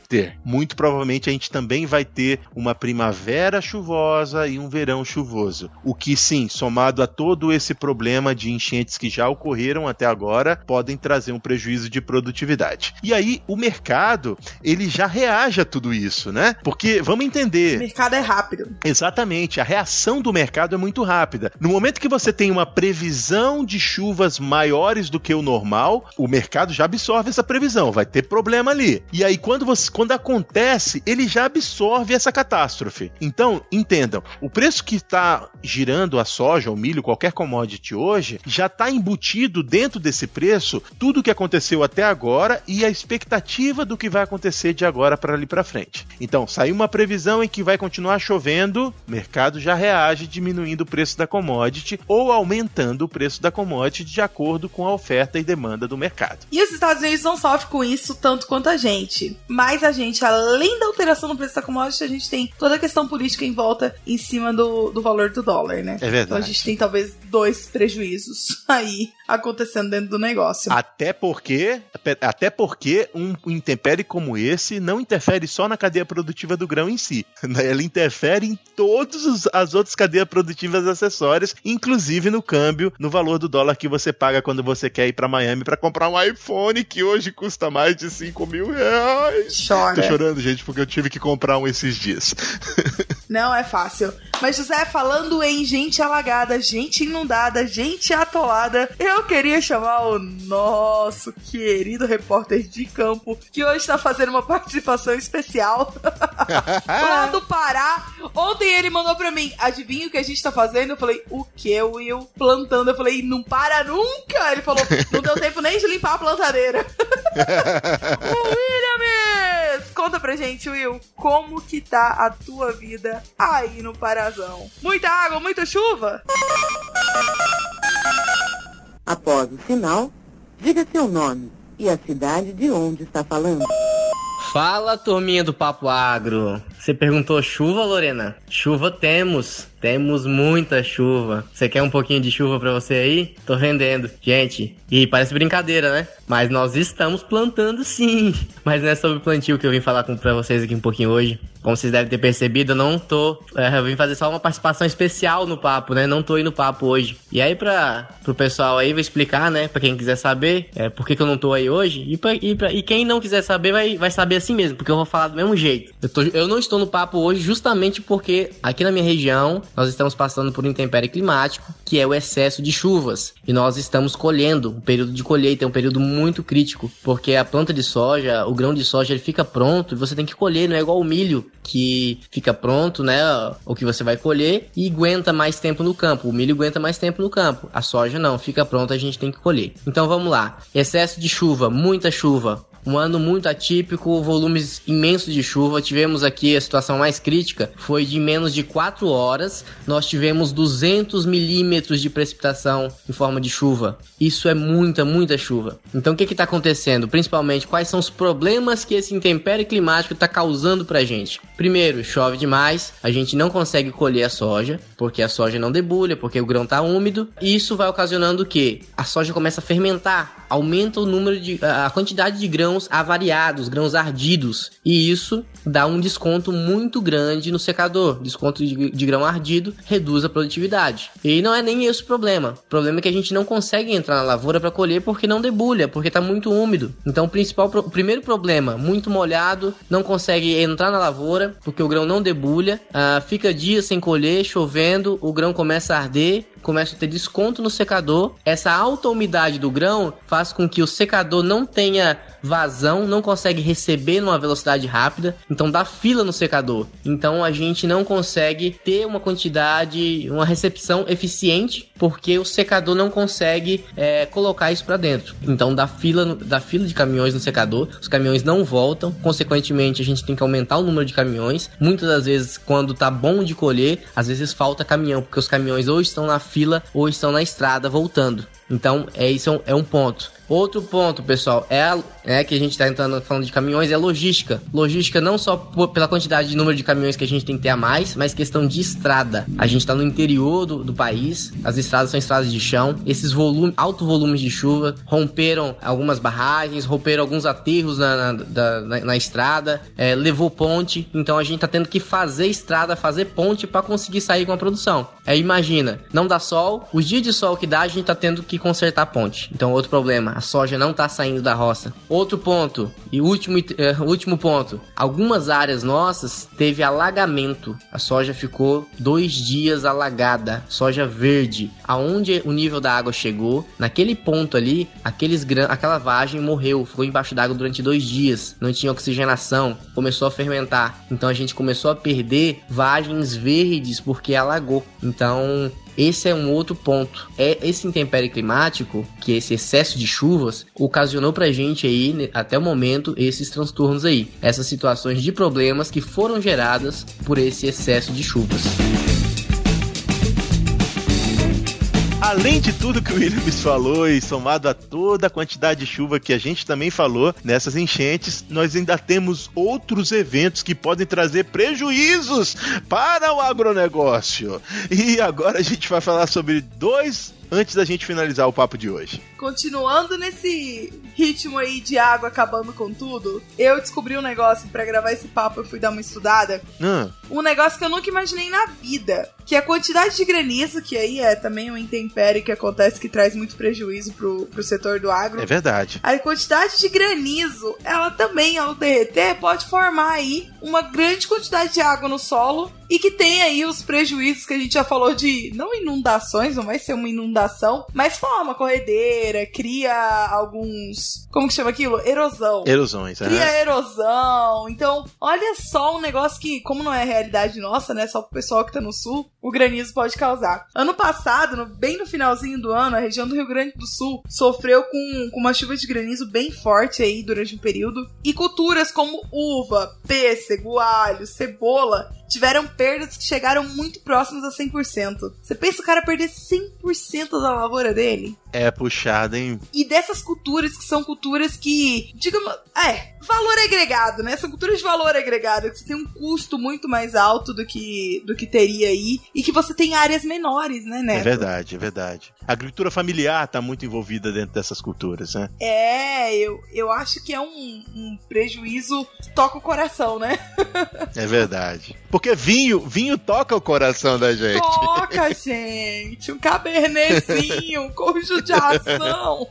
Speaker 2: ter. Muito provavelmente a gente também vai ter uma primavera chuvosa e um verão chuvoso. O que, sim, somado a todo esse problema de enchentes que já ocorreram até agora, podem trazer um prejuízo de produtividade. E aí, o mercado, ele já reage a tudo isso, né? Porque, vamos entender...
Speaker 3: O mercado é rápido.
Speaker 2: Exatamente. A reação do mercado é muito rápida. No momento que você tem uma previsão de chuvas maiores do que o normal, o mercado já absorve essa previsão. Vai ter problema ali. E aí, quando, você, quando acontece, ele já absorve essa catástrofe. Então, entendam, o preço que está girando a soja, o milho, qualquer commodity hoje, já está embutido dentro desse preço tudo o que aconteceu até agora e a expectativa do que vai acontecer de agora para ali para frente. Então, saiu uma previsão em que vai continuar chovendo, o mercado já reage diminuindo o preço da commodity ou aumentando o preço da commodity de acordo com a oferta e demanda do mercado.
Speaker 3: E os Estados Unidos não sofrem com isso tanto quanto a gente. Mas a gente, além da alteração no preço da commodity, a gente tem toda a questão política em volta em cima do, do valor do dólar, né?
Speaker 2: É verdade.
Speaker 3: Então a gente tem talvez dois prejuízos aí acontecendo dentro do negócio.
Speaker 2: Até porque, até porque um intempérie como esse não interfere só na cadeia produtiva do grão em si. Ela interfere em todas as outras cadeias produtivas acessórias, inclusive no câmbio, no valor do dólar que você paga quando você quer ir pra Miami pra comprar um iPhone que hoje custa mais de cinco mil reais.
Speaker 3: Chora.
Speaker 2: Tô chorando, gente, porque eu tive que comprar um esses dias.
Speaker 3: Não é fácil. Mas, José, falando em gente alagada, gente inundada, gente atolada, eu queria chamar o nosso querido repórter de campo, que hoje está fazendo uma participação especial lá do Pará. Ontem ele mandou pra mim, adivinha o que a gente tá fazendo? Eu falei, o que, Will? Plantando. Eu falei, não para nunca! Ele falou, não deu tempo nem de limpar a plantadeira. O Williams! Conta pra gente, Will, como que tá a tua vida aí no Parazão? Muita água, muita chuva?
Speaker 4: Após o sinal, diga seu nome e a cidade de onde está falando.
Speaker 5: Fala, turminha do Papo Agro. Você perguntou chuva, Lorena? Chuva temos. Temos muita chuva. Você quer um pouquinho de chuva pra você aí? Tô vendendo. Gente, e parece brincadeira, né? Mas nós estamos plantando sim. Mas não é sobre plantio que eu vim falar com, pra vocês aqui um pouquinho hoje. Como vocês devem ter percebido, eu não tô... É, eu vim fazer só uma participação especial no papo, né? Não tô aí no papo hoje. E aí, pra, pro pessoal aí, vou explicar, né? Pra quem quiser saber, é, por que, que eu não tô aí hoje. E, pra, e, pra, e quem não quiser saber, vai, vai saber assim mesmo. Porque eu vou falar do mesmo jeito. Eu, tô, eu não estou no papo hoje justamente porque aqui na minha região, nós estamos passando por um intempérie climático, que é o excesso de chuvas. E nós estamos colhendo. O período de colheita é um período muito crítico. Porque a planta de soja, o grão de soja, ele fica pronto e você tem que colher. Não é igual o milho, que fica pronto, né, o que você vai colher e aguenta mais tempo no campo. O milho aguenta mais tempo no campo. A soja não, fica pronta, a gente tem que colher. Então vamos lá. Excesso de chuva, muita chuva. Um ano muito atípico, volumes imensos de chuva. Tivemos aqui a situação mais crítica, foi de menos de quatro horas. Nós tivemos duzentos milímetros de precipitação em forma de chuva. Isso é muita, muita chuva. Então o que está acontecendo? Principalmente, quais são os problemas que esse intempérie climático está causando pra gente? Primeiro, chove demais, a gente não consegue colher a soja, porque a soja não debulha, porque o grão está úmido. E isso vai ocasionando o quê? A soja começa a fermentar, aumenta o número de, a quantidade de grãos avariados, grãos ardidos, e isso dá um desconto muito grande no secador. Desconto de, de grão ardido reduz a produtividade. E não é nem esse o problema. O problema é que a gente não consegue entrar na lavoura para colher porque não debulha, porque está muito úmido. Então o principal, o primeiro problema, muito molhado, não consegue entrar na lavoura porque o grão não debulha, uh, fica dias sem colher, chovendo, o grão começa a arder, começa a ter desconto no secador. Essa alta umidade do grão faz com que o secador não tenha vazão, não consegue receber numa velocidade rápida, então dá fila no secador. Então a gente não consegue ter uma quantidade, uma recepção eficiente, porque o secador não consegue é, colocar isso para dentro. Então dá fila, dá fila de caminhões no secador, os caminhões não voltam, consequentemente a gente tem que aumentar o número de caminhões. Muitas das vezes, quando tá bom de colher, às vezes falta caminhão, porque os caminhões ou estão na fila ou estão na estrada voltando. Então, é, isso é um, é um ponto. Outro ponto, pessoal, é, a, é que a gente tá entrando falando de caminhões, é logística. Logística não só por, pela quantidade de número de caminhões que a gente tem que ter a mais, mas questão de estrada. A gente tá no interior do, do país, as estradas são estradas de chão, esses volume, alto volumes de chuva romperam algumas barragens, romperam alguns aterros na, na, da, na, na estrada, é, levou ponte, então a gente tá tendo que fazer estrada, fazer ponte para conseguir sair com a produção. Aí imagina, não dá sol, os dias de sol que dá, a gente tá tendo que consertar a ponte. Então outro problema, a soja não tá saindo da roça. Outro ponto, e último, uh, último ponto, algumas áreas nossas teve alagamento. A soja ficou dois dias alagada, soja verde. Aonde o nível da água chegou, naquele ponto ali, aqueles gran... aquela vagem morreu, ficou embaixo d'água durante dois dias, não tinha oxigenação, começou a fermentar. Então a gente começou a perder vagens verdes porque alagou. Então... esse é um outro ponto. É esse intempérie climático, que esse excesso de chuvas, ocasionou pra gente aí, até o momento, esses transtornos aí. Essas situações de problemas que foram geradas por esse excesso de chuvas.
Speaker 2: Além de tudo que o Williams falou e somado a toda a quantidade de chuva que a gente também falou nessas enchentes, nós ainda temos outros eventos que podem trazer prejuízos para o agronegócio. E agora a gente vai falar sobre dois antes da gente finalizar o papo de hoje.
Speaker 3: Continuando nesse ritmo aí de água acabando com tudo, eu descobri um negócio pra gravar esse papo, eu fui dar uma estudada.
Speaker 2: Hum.
Speaker 3: Um negócio que eu nunca imaginei na vida, que é a quantidade de granizo, que aí é também um intempérie que acontece que traz muito prejuízo pro, pro setor do agro.
Speaker 2: É verdade.
Speaker 3: A quantidade de granizo, ela também, ao derreter, pode formar aí uma grande quantidade de água no solo e que tem aí os prejuízos que a gente já falou de, não inundações, não vai ser uma inundação, mas forma corredeira, cria alguns, como que chama aquilo? Erosão.
Speaker 2: Erosões,
Speaker 3: Cria
Speaker 2: é.
Speaker 3: erosão. Então, olha só um negócio que, como não é realidade nossa, né, só pro pessoal que tá no sul, o granizo pode causar. Ano passado, no, bem no finalzinho do ano, a região do Rio Grande do Sul sofreu com, com uma chuva de granizo bem forte aí durante um período, e culturas como uva, pêssego, alho, cebola tiveram perdas que chegaram muito próximas a cem por cento. Você pensa o cara perder cem por cento da lavoura dele?
Speaker 2: É puxado, hein?
Speaker 3: E dessas culturas que são culturas que, digamos, é, valor agregado, né? São culturas de valor agregado, que você tem um custo muito mais alto do que, do que teria aí, e que você tem áreas menores, né, Neto?
Speaker 2: É verdade, é verdade. A agricultura familiar tá muito envolvida dentro dessas culturas, né?
Speaker 3: É, eu, eu acho que é um, um prejuízo que toca o coração, né?
Speaker 2: É verdade. Porque vinho, vinho toca o coração da gente.
Speaker 3: Toca, gente! Um cabernezinho com judiação.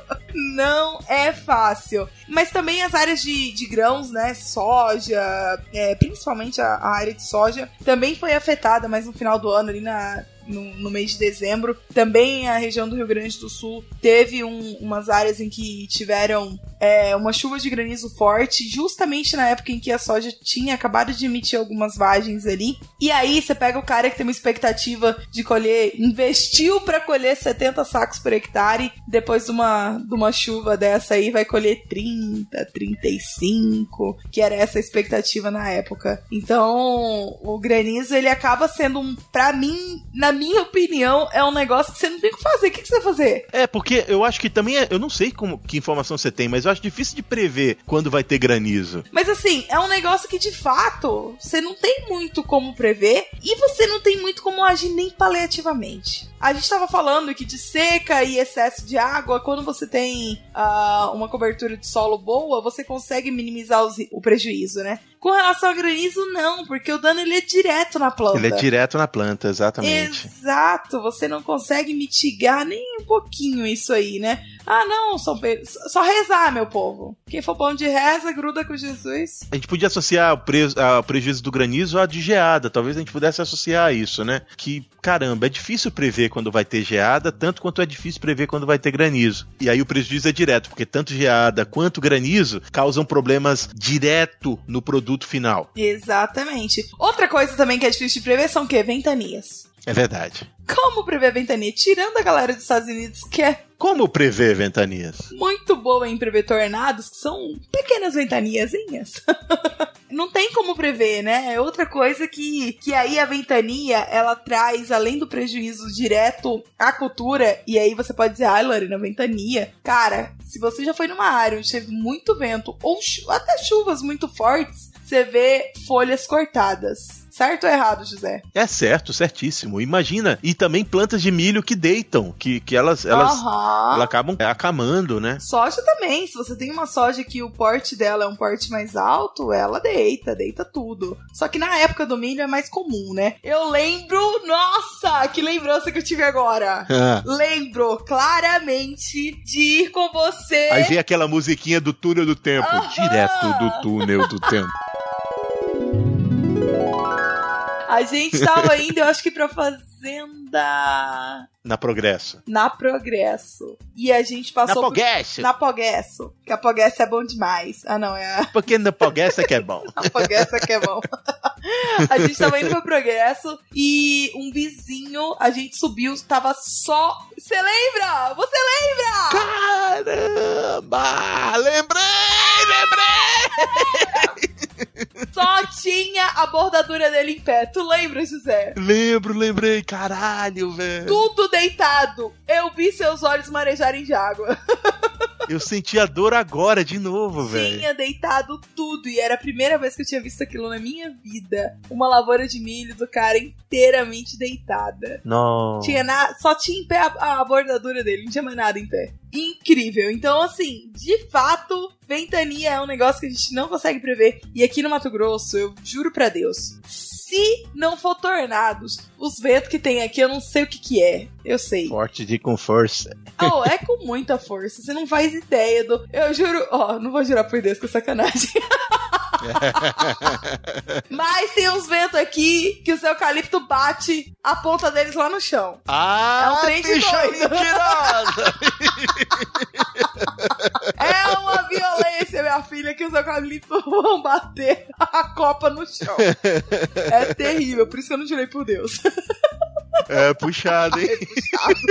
Speaker 3: Não é fácil. Mas também as áreas de, de grãos, né? Soja, é, principalmente a, a área de soja, também foi afetada, mas no final do ano, ali na... No, no mês de dezembro, também a região do Rio Grande do Sul teve um, umas áreas em que tiveram é, uma chuva de granizo forte, justamente na época em que a soja tinha acabado de emitir algumas vagens ali. E aí você pega o cara que tem uma expectativa de colher, investiu para colher setenta sacos por hectare, depois de uma, de uma chuva dessa aí vai colher trinta, trinta e cinco, que era essa a expectativa na época. Então o granizo, ele acaba sendo um, pra mim, na minha opinião, é um negócio que você não tem o que fazer. O que, que você vai fazer?
Speaker 2: É, porque eu acho que também é, eu não sei como, que informação você tem, mas eu acho difícil de prever quando vai ter granizo.
Speaker 3: Mas assim, é um negócio que de fato você não tem muito como prever e você não tem muito como agir nem paliativamente. A gente estava falando que de seca e excesso de água, quando você tem uh, uma cobertura de solo boa, você consegue minimizar os, o prejuízo, né? Com relação ao granizo, não, porque o dano ele é direto na planta.
Speaker 2: Ele é direto na planta, exatamente.
Speaker 3: Exato, você não consegue mitigar nem um pouquinho isso aí, né? Ah, não, São Pedro, só rezar, meu povo. Quem for bom de reza, gruda com Jesus.
Speaker 2: A gente podia associar o, pre, a, o prejuízo do granizo à de geada, talvez a gente pudesse associar a isso, né? Que, caramba, é difícil prever quando vai ter geada, tanto quanto é difícil prever quando vai ter granizo. E aí o prejuízo é direto, porque tanto geada quanto granizo causam problemas direto no produto final.
Speaker 3: Exatamente. Outra coisa também que é difícil de prever são o quê? Ventanias.
Speaker 2: É verdade.
Speaker 3: Como prever ventania? Tirando a galera dos Estados Unidos, que é
Speaker 2: Como prever ventanias?
Speaker 3: muito boa em prever tornados, que são pequenas ventaniazinhas. Não tem como como prever, né? É outra coisa que, que aí a ventania, ela traz, além do prejuízo direto à cultura, e aí você pode dizer, ai, Lorena, ventania. Cara, se você já foi numa área onde teve muito vento, ou chu- até chuvas muito fortes, você vê folhas cortadas. Certo ou errado, José?
Speaker 2: É certo, certíssimo. Imagina, e também plantas de milho que deitam, que, que elas, elas,
Speaker 3: Aham.
Speaker 2: elas acabam acamando, né?
Speaker 3: Soja também, se você tem uma soja que o porte dela é um porte mais alto, ela deita, deita tudo. Só que na época do milho é mais comum, né? Eu lembro, nossa, que lembrança que eu tive agora.
Speaker 2: Ah.
Speaker 3: Lembro claramente de ir com você.
Speaker 2: Aí vem aquela musiquinha do túnel do tempo,
Speaker 3: Aham.
Speaker 2: direto do túnel do tempo.
Speaker 3: A gente tava indo, eu acho que pra fazenda...
Speaker 2: Na Progresso.
Speaker 3: Na Progresso. E a gente passou...
Speaker 2: Na
Speaker 3: por-
Speaker 2: Progresso.
Speaker 3: Na Progresso. Que a Progresso é bom demais. Ah, não, é a...
Speaker 2: Porque na Progresso é que é bom.
Speaker 3: A Progresso é que é bom. A gente tava indo pro Progresso e um vizinho, a gente subiu, tava só... Você lembra? Você lembra?
Speaker 2: Caramba! Lembrei! Lembrei!
Speaker 3: Só tinha a bordadura dele em pé. Tu lembra, José?
Speaker 2: Lembro, lembrei. Caralho, velho.
Speaker 3: Tudo deitado. Eu vi seus olhos marejarem de água.
Speaker 2: Eu senti a dor agora, de novo, velho.
Speaker 3: Tinha deitado tudo. E era a primeira vez que eu tinha visto aquilo na minha vida. Uma lavoura de milho do cara inteiramente deitada.
Speaker 2: Não.
Speaker 3: Tinha na... Só tinha em pé a, a bordadura dele. Não tinha mais nada em pé. Incrível. Então, assim, de fato, ventania é um negócio que a gente não consegue prever. E aqui no Mato Grosso, eu juro pra Deus, se não for tornados, os ventos que tem aqui, eu não sei o que que é. Eu sei.
Speaker 2: Forte de com força.
Speaker 3: Oh, é com muita força. Você não faz ideia do... Eu juro... Ó, oh, não vou jurar por Deus, que é sacanagem. Mas tem uns ventos aqui que o seu eucalipto bate a ponta deles lá no chão.
Speaker 2: Ah,
Speaker 3: É um trem de
Speaker 2: bicha
Speaker 3: doido.
Speaker 2: mentirosa!
Speaker 3: É uma violência, minha filha, que os eucaliptos vão bater a copa no chão. É terrível, por isso que eu não jurei por Deus.
Speaker 2: É puxado, hein?
Speaker 3: É puxado.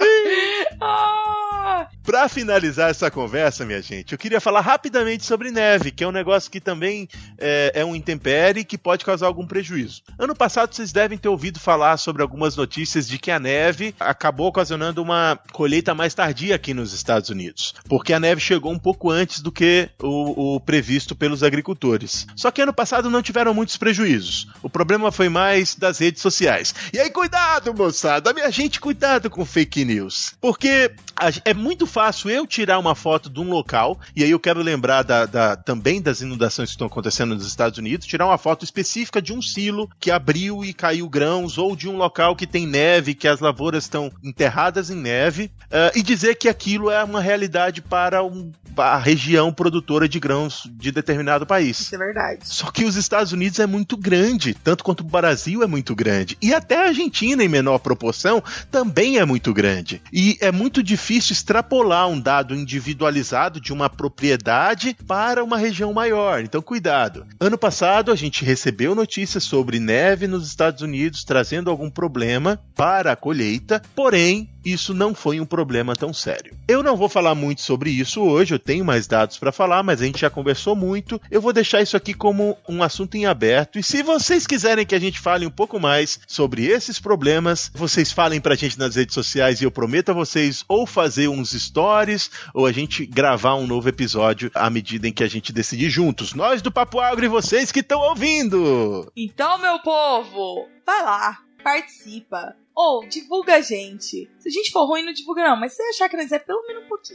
Speaker 3: Ah,
Speaker 2: Pra finalizar essa conversa, minha gente, eu queria falar rapidamente sobre neve, que é um negócio que também é, é um intempérie que pode causar algum prejuízo. Ano passado vocês devem ter ouvido falar sobre algumas notícias de que a neve acabou ocasionando uma colheita mais tardia aqui nos Estados Unidos, porque a neve chegou um pouco antes do que o, o previsto pelos agricultores. Só que ano passado não tiveram muitos prejuízos. O problema foi mais das redes sociais. E aí, cuidado, moçada, minha gente, cuidado com fake news, porque a, é muito fácil eu tirar uma foto de um local, e aí eu quero lembrar da, da, também das inundações que estão acontecendo nos Estados Unidos, tirar uma foto específica de um silo que abriu e caiu grãos, ou de um local que tem neve, que as lavouras estão enterradas em neve, uh, e dizer que aquilo é uma realidade para um, a região produtora de grãos de determinado país.
Speaker 3: isso é verdade.
Speaker 2: Só que os Estados Unidos é muito grande, tanto quanto o Brasil é muito grande. E até a Argentina, em menor proporção, também é muito grande. E é muito difícil extrapolar um dado individualizado de uma propriedade para uma região maior. Então, cuidado. Ano passado, a gente recebeu notícias sobre neve nos Estados Unidos, trazendo algum problema para a colheita, porém, isso não foi um problema tão sério. Eu não vou falar muito sobre isso hoje, eu tenho mais dados para falar, mas a gente já conversou muito. Eu vou deixar isso aqui como um assunto em aberto, e se vocês quiserem que a gente fale um pouco mais sobre esses problemas, vocês falem pra gente nas redes sociais, e eu prometo a vocês ou fazer uns stories, ou a gente gravar um novo episódio à medida em que a gente decidir juntos. Nós do Papo Agro e vocês que estão ouvindo!
Speaker 3: Então, meu povo, vai lá, participa. Ou, divulga a gente. Se a gente for ruim, não divulga não. Mas se você achar que nós é pelo menos um pouquinho,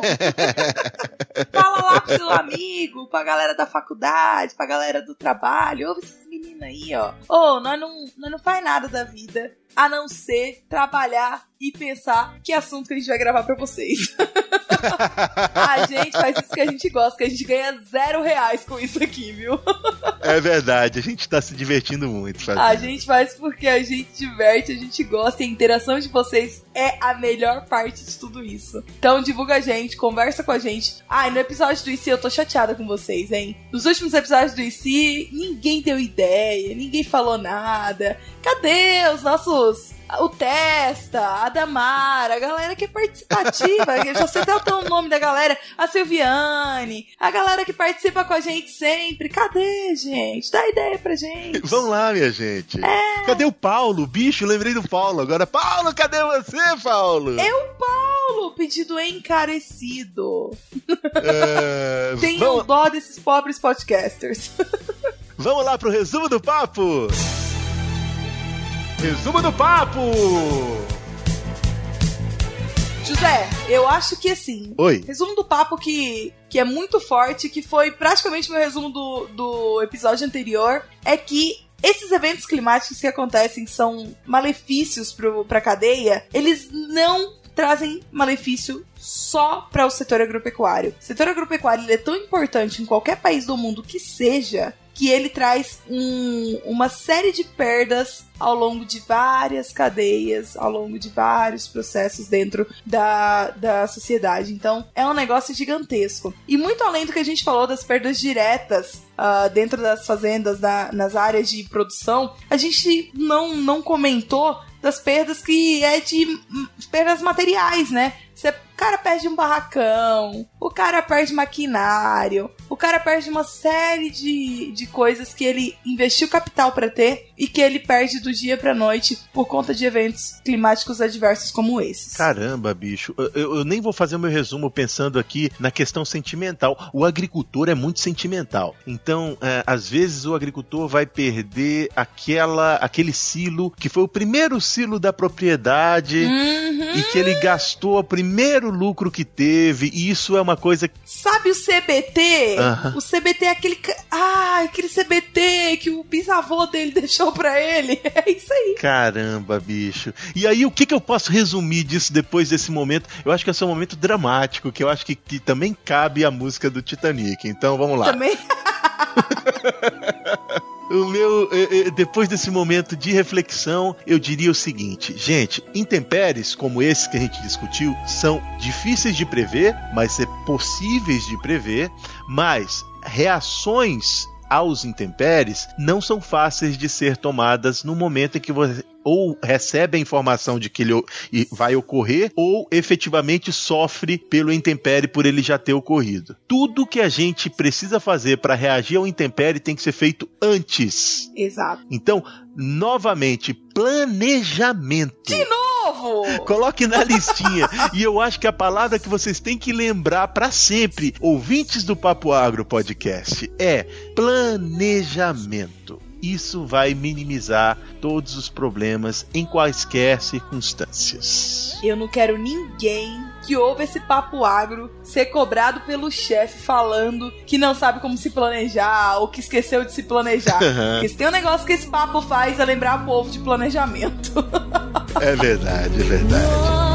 Speaker 3: não. Fala lá pro seu amigo, pra galera da faculdade, pra galera do trabalho. Ouve esses meninos aí, ó. Ô, nós não, nós não faz nada da vida a não ser trabalhar e pensar que assunto que a gente vai gravar pra vocês. A gente faz isso que a gente gosta, que a gente ganha zero reais com isso aqui, viu?
Speaker 2: É verdade, a gente tá se divertindo muito fazendo.
Speaker 3: A gente faz porque a gente diverte, a gente gosta, e a interação de vocês é a melhor parte de tudo isso. Então divulga a gente, conversa com a gente. Ai, ah, no episódio do I C eu tô chateada com vocês, hein? Nos últimos episódios do I C, ninguém deu ideia, ninguém falou nada. Cadê os nossos o Testa, a Damara, a galera que é participativa. Eu já sei até o nome da galera. A Silviane, a galera que participa com a gente sempre. Cadê, gente? Dá ideia pra gente.
Speaker 2: Vamos lá, minha gente.
Speaker 3: É.
Speaker 2: Cadê o Paulo? Bicho, lembrei do Paulo agora. Paulo, cadê você, Paulo?
Speaker 3: Eu, Paulo, pedido encarecido.
Speaker 2: É...
Speaker 3: Tenham
Speaker 2: vamos...
Speaker 3: dó desses pobres podcasters.
Speaker 2: Vamos lá pro resumo do papo. Resumo do papo.
Speaker 3: José, eu acho que assim...
Speaker 2: Oi.
Speaker 3: Resumo do papo que, que é muito forte, que foi praticamente meu resumo do, do episódio anterior, é que esses eventos climáticos que acontecem são malefícios pro, pra cadeia, eles não trazem malefício só para o setor agropecuário. O setor agropecuário ele é tão importante em qualquer país do mundo que seja, que ele traz um, uma série de perdas ao longo de várias cadeias, ao longo de vários processos dentro da, da sociedade. Então, é um negócio gigantesco. E muito além do que a gente falou das perdas diretas uh, dentro das fazendas, da, nas áreas de produção, a gente não, não comentou das perdas que é de perdas materiais, né? Você, o cara perde um barracão, o cara perde maquinário, o cara perde uma série de, de coisas que ele investiu capital pra ter e que ele perde do dia pra noite por conta de eventos climáticos adversos como esses.
Speaker 2: Caramba, bicho, eu, eu nem vou fazer o meu resumo pensando aqui na questão sentimental. O agricultor é muito sentimental. Então, é, às vezes o agricultor vai perder aquela, aquele silo que foi o primeiro silo da propriedade
Speaker 3: uhum.
Speaker 2: e que ele gastou o primeiro lucro que teve, e isso é uma coisa...
Speaker 3: Sabe o C B T?
Speaker 2: Uhum.
Speaker 3: O C B T é aquele... Ah, aquele C B T que o bisavô dele deixou pra ele. É isso aí.
Speaker 2: Caramba, bicho. E aí, o que, que eu posso resumir disso depois desse momento? Eu acho que esse é um momento dramático, que eu acho que, que também cabe a música do Titanic. Então, vamos lá.
Speaker 3: Também...
Speaker 2: O meu, depois desse momento de reflexão, eu diria o seguinte: gente, intempéries como esse que a gente discutiu são difíceis de prever, mas é possíveis de prever, mas reações aos intempéries não são fáceis de ser tomadas no momento em que você ou recebe a informação de que ele vai ocorrer, ou efetivamente sofre pelo intempérie por ele já ter ocorrido. Tudo que a gente precisa fazer para reagir ao intempérie tem que ser feito antes.
Speaker 3: Exato.
Speaker 2: Então, novamente, planejamento.
Speaker 3: De novo!
Speaker 2: Coloque na listinha. E eu acho que a palavra que vocês têm que lembrar para sempre, ouvintes do Papo Agro Podcast, é planejamento. Isso vai minimizar todos os problemas em quaisquer circunstâncias.
Speaker 3: Eu não quero ninguém que ouve esse Papo Agro ser cobrado pelo chefe falando que não sabe como se planejar ou que esqueceu de se planejar.
Speaker 2: Uhum.
Speaker 3: Porque se tem um negócio que esse papo faz é lembrar o povo de planejamento.
Speaker 2: É verdade, é verdade.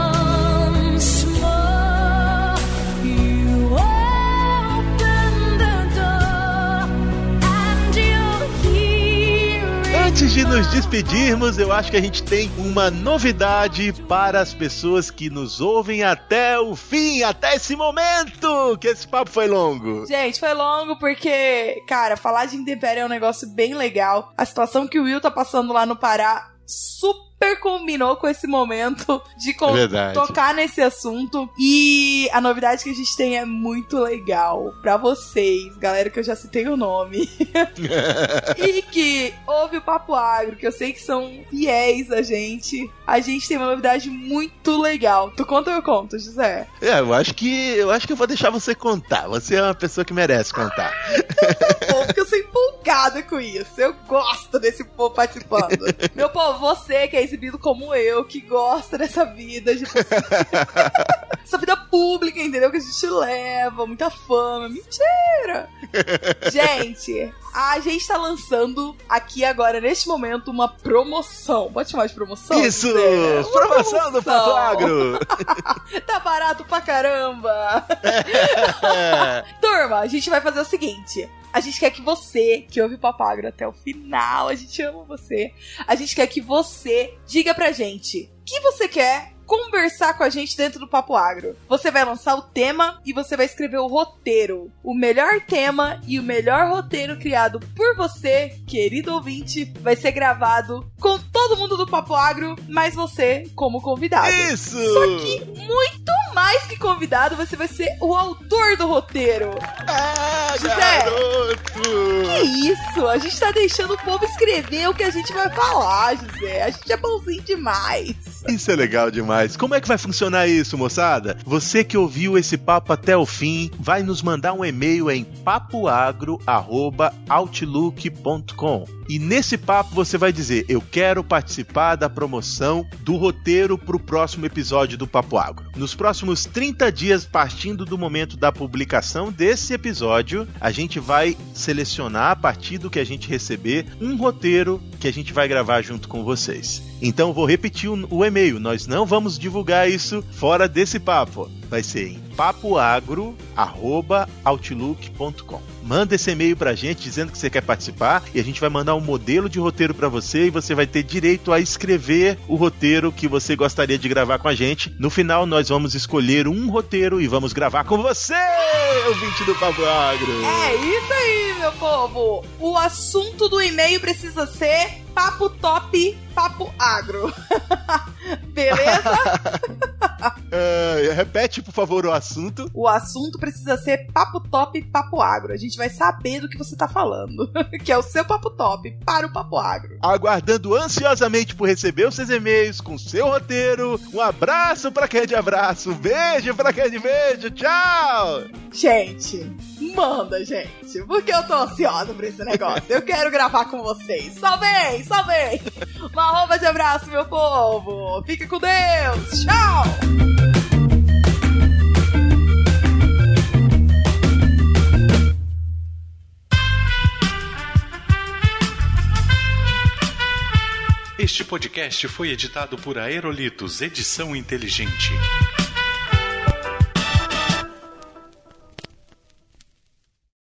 Speaker 2: Antes de nos despedirmos, eu acho que a gente tem uma novidade para as pessoas que nos ouvem até o fim, até esse momento, que esse papo foi longo.
Speaker 3: Gente, foi longo porque, cara, falar de intempérie é um negócio bem legal. A situação que o Will tá passando lá no Pará, super combinou com esse momento de com- tocar nesse assunto. E a novidade que a gente tem é muito legal pra vocês, galera que eu já citei o nome. E que ouve o Papo Agro, que eu sei que são fiéis a gente. A gente tem uma novidade muito legal. Tu conta ou eu conto, José?
Speaker 2: É, eu acho que eu acho que eu vou deixar você contar. Você é uma pessoa que merece contar.
Speaker 3: Então, porque eu sou empolgada com isso. Eu gosto desse povo participando. Meu povo, você que é exibido como eu, que gosta dessa vida, de... essa vida pública, entendeu? Que a gente leva, muita fama. Mentira! Gente, a gente tá lançando aqui agora, neste momento, uma promoção. Pode chamar de promoção?
Speaker 2: Isso!
Speaker 3: Uma
Speaker 2: promoção,
Speaker 3: promoção
Speaker 2: do Papo Agro!
Speaker 3: Tá barato pra caramba! Turma, a gente vai fazer o seguinte... A gente quer que você, que ouve o Papo Agro até o final, a gente ama você. A gente quer que você diga pra gente o que você quer conversar com a gente dentro do Papo Agro. Você vai lançar o tema e você vai escrever o roteiro. O melhor tema e o melhor roteiro criado por você, querido ouvinte, vai ser gravado com todo todo mundo do Papo Agro, mas você como convidado.
Speaker 2: Isso!
Speaker 3: Só que muito mais que convidado, você vai ser o autor do roteiro.
Speaker 2: Ah,
Speaker 3: José,
Speaker 2: garoto!
Speaker 3: que isso? A gente tá deixando o povo escrever o que a gente vai falar, José. A gente é bonzinho demais.
Speaker 2: Isso é legal demais. Como é que vai funcionar isso, moçada? Você que ouviu esse papo até o fim, vai nos mandar um e-mail em papoagro arroba outlook ponto com. E nesse papo você vai dizer: eu quero participar da promoção do roteiro pro próximo episódio do Papo Agro. Nos próximos trinta dias, partindo do momento da publicação desse episódio, a gente vai selecionar, a partir do que a gente receber, um roteiro que a gente vai gravar junto com vocês. Então vou repetir o, o e-mail, nós não vamos divulgar isso fora desse papo. Vai ser em papoagro arroba outlook ponto com. Manda esse e-mail pra gente dizendo que você quer participar e a gente vai mandar um modelo de roteiro pra você e você vai ter direito a escrever o roteiro que você gostaria de gravar com a gente. No final nós vamos escolher um roteiro e vamos gravar com você, ouvinte do Papo Agro.
Speaker 3: É isso aí, meu povo. O assunto do e-mail precisa ser Papo Top, Papo Agro. Beleza?
Speaker 2: uh, repete, por favor, o assunto.
Speaker 3: O assunto precisa ser Papo Top, Papo Agro. A gente vai saber do que você tá falando. Que é o seu Papo Top para o Papo Agro.
Speaker 2: Aguardando ansiosamente por receber os seus e-mails com seu roteiro. Um abraço pra quem é de abraço. Um beijo pra quem é de beijo. Tchau!
Speaker 3: Gente, manda, gente. Porque eu tô ansiosa por esse negócio. Eu quero gravar com vocês. Só vem, só vem. Uma roupa de abraço, meu povo. Fica com Deus. Tchau!
Speaker 1: Este podcast foi editado por Aerolitos Edição Inteligente.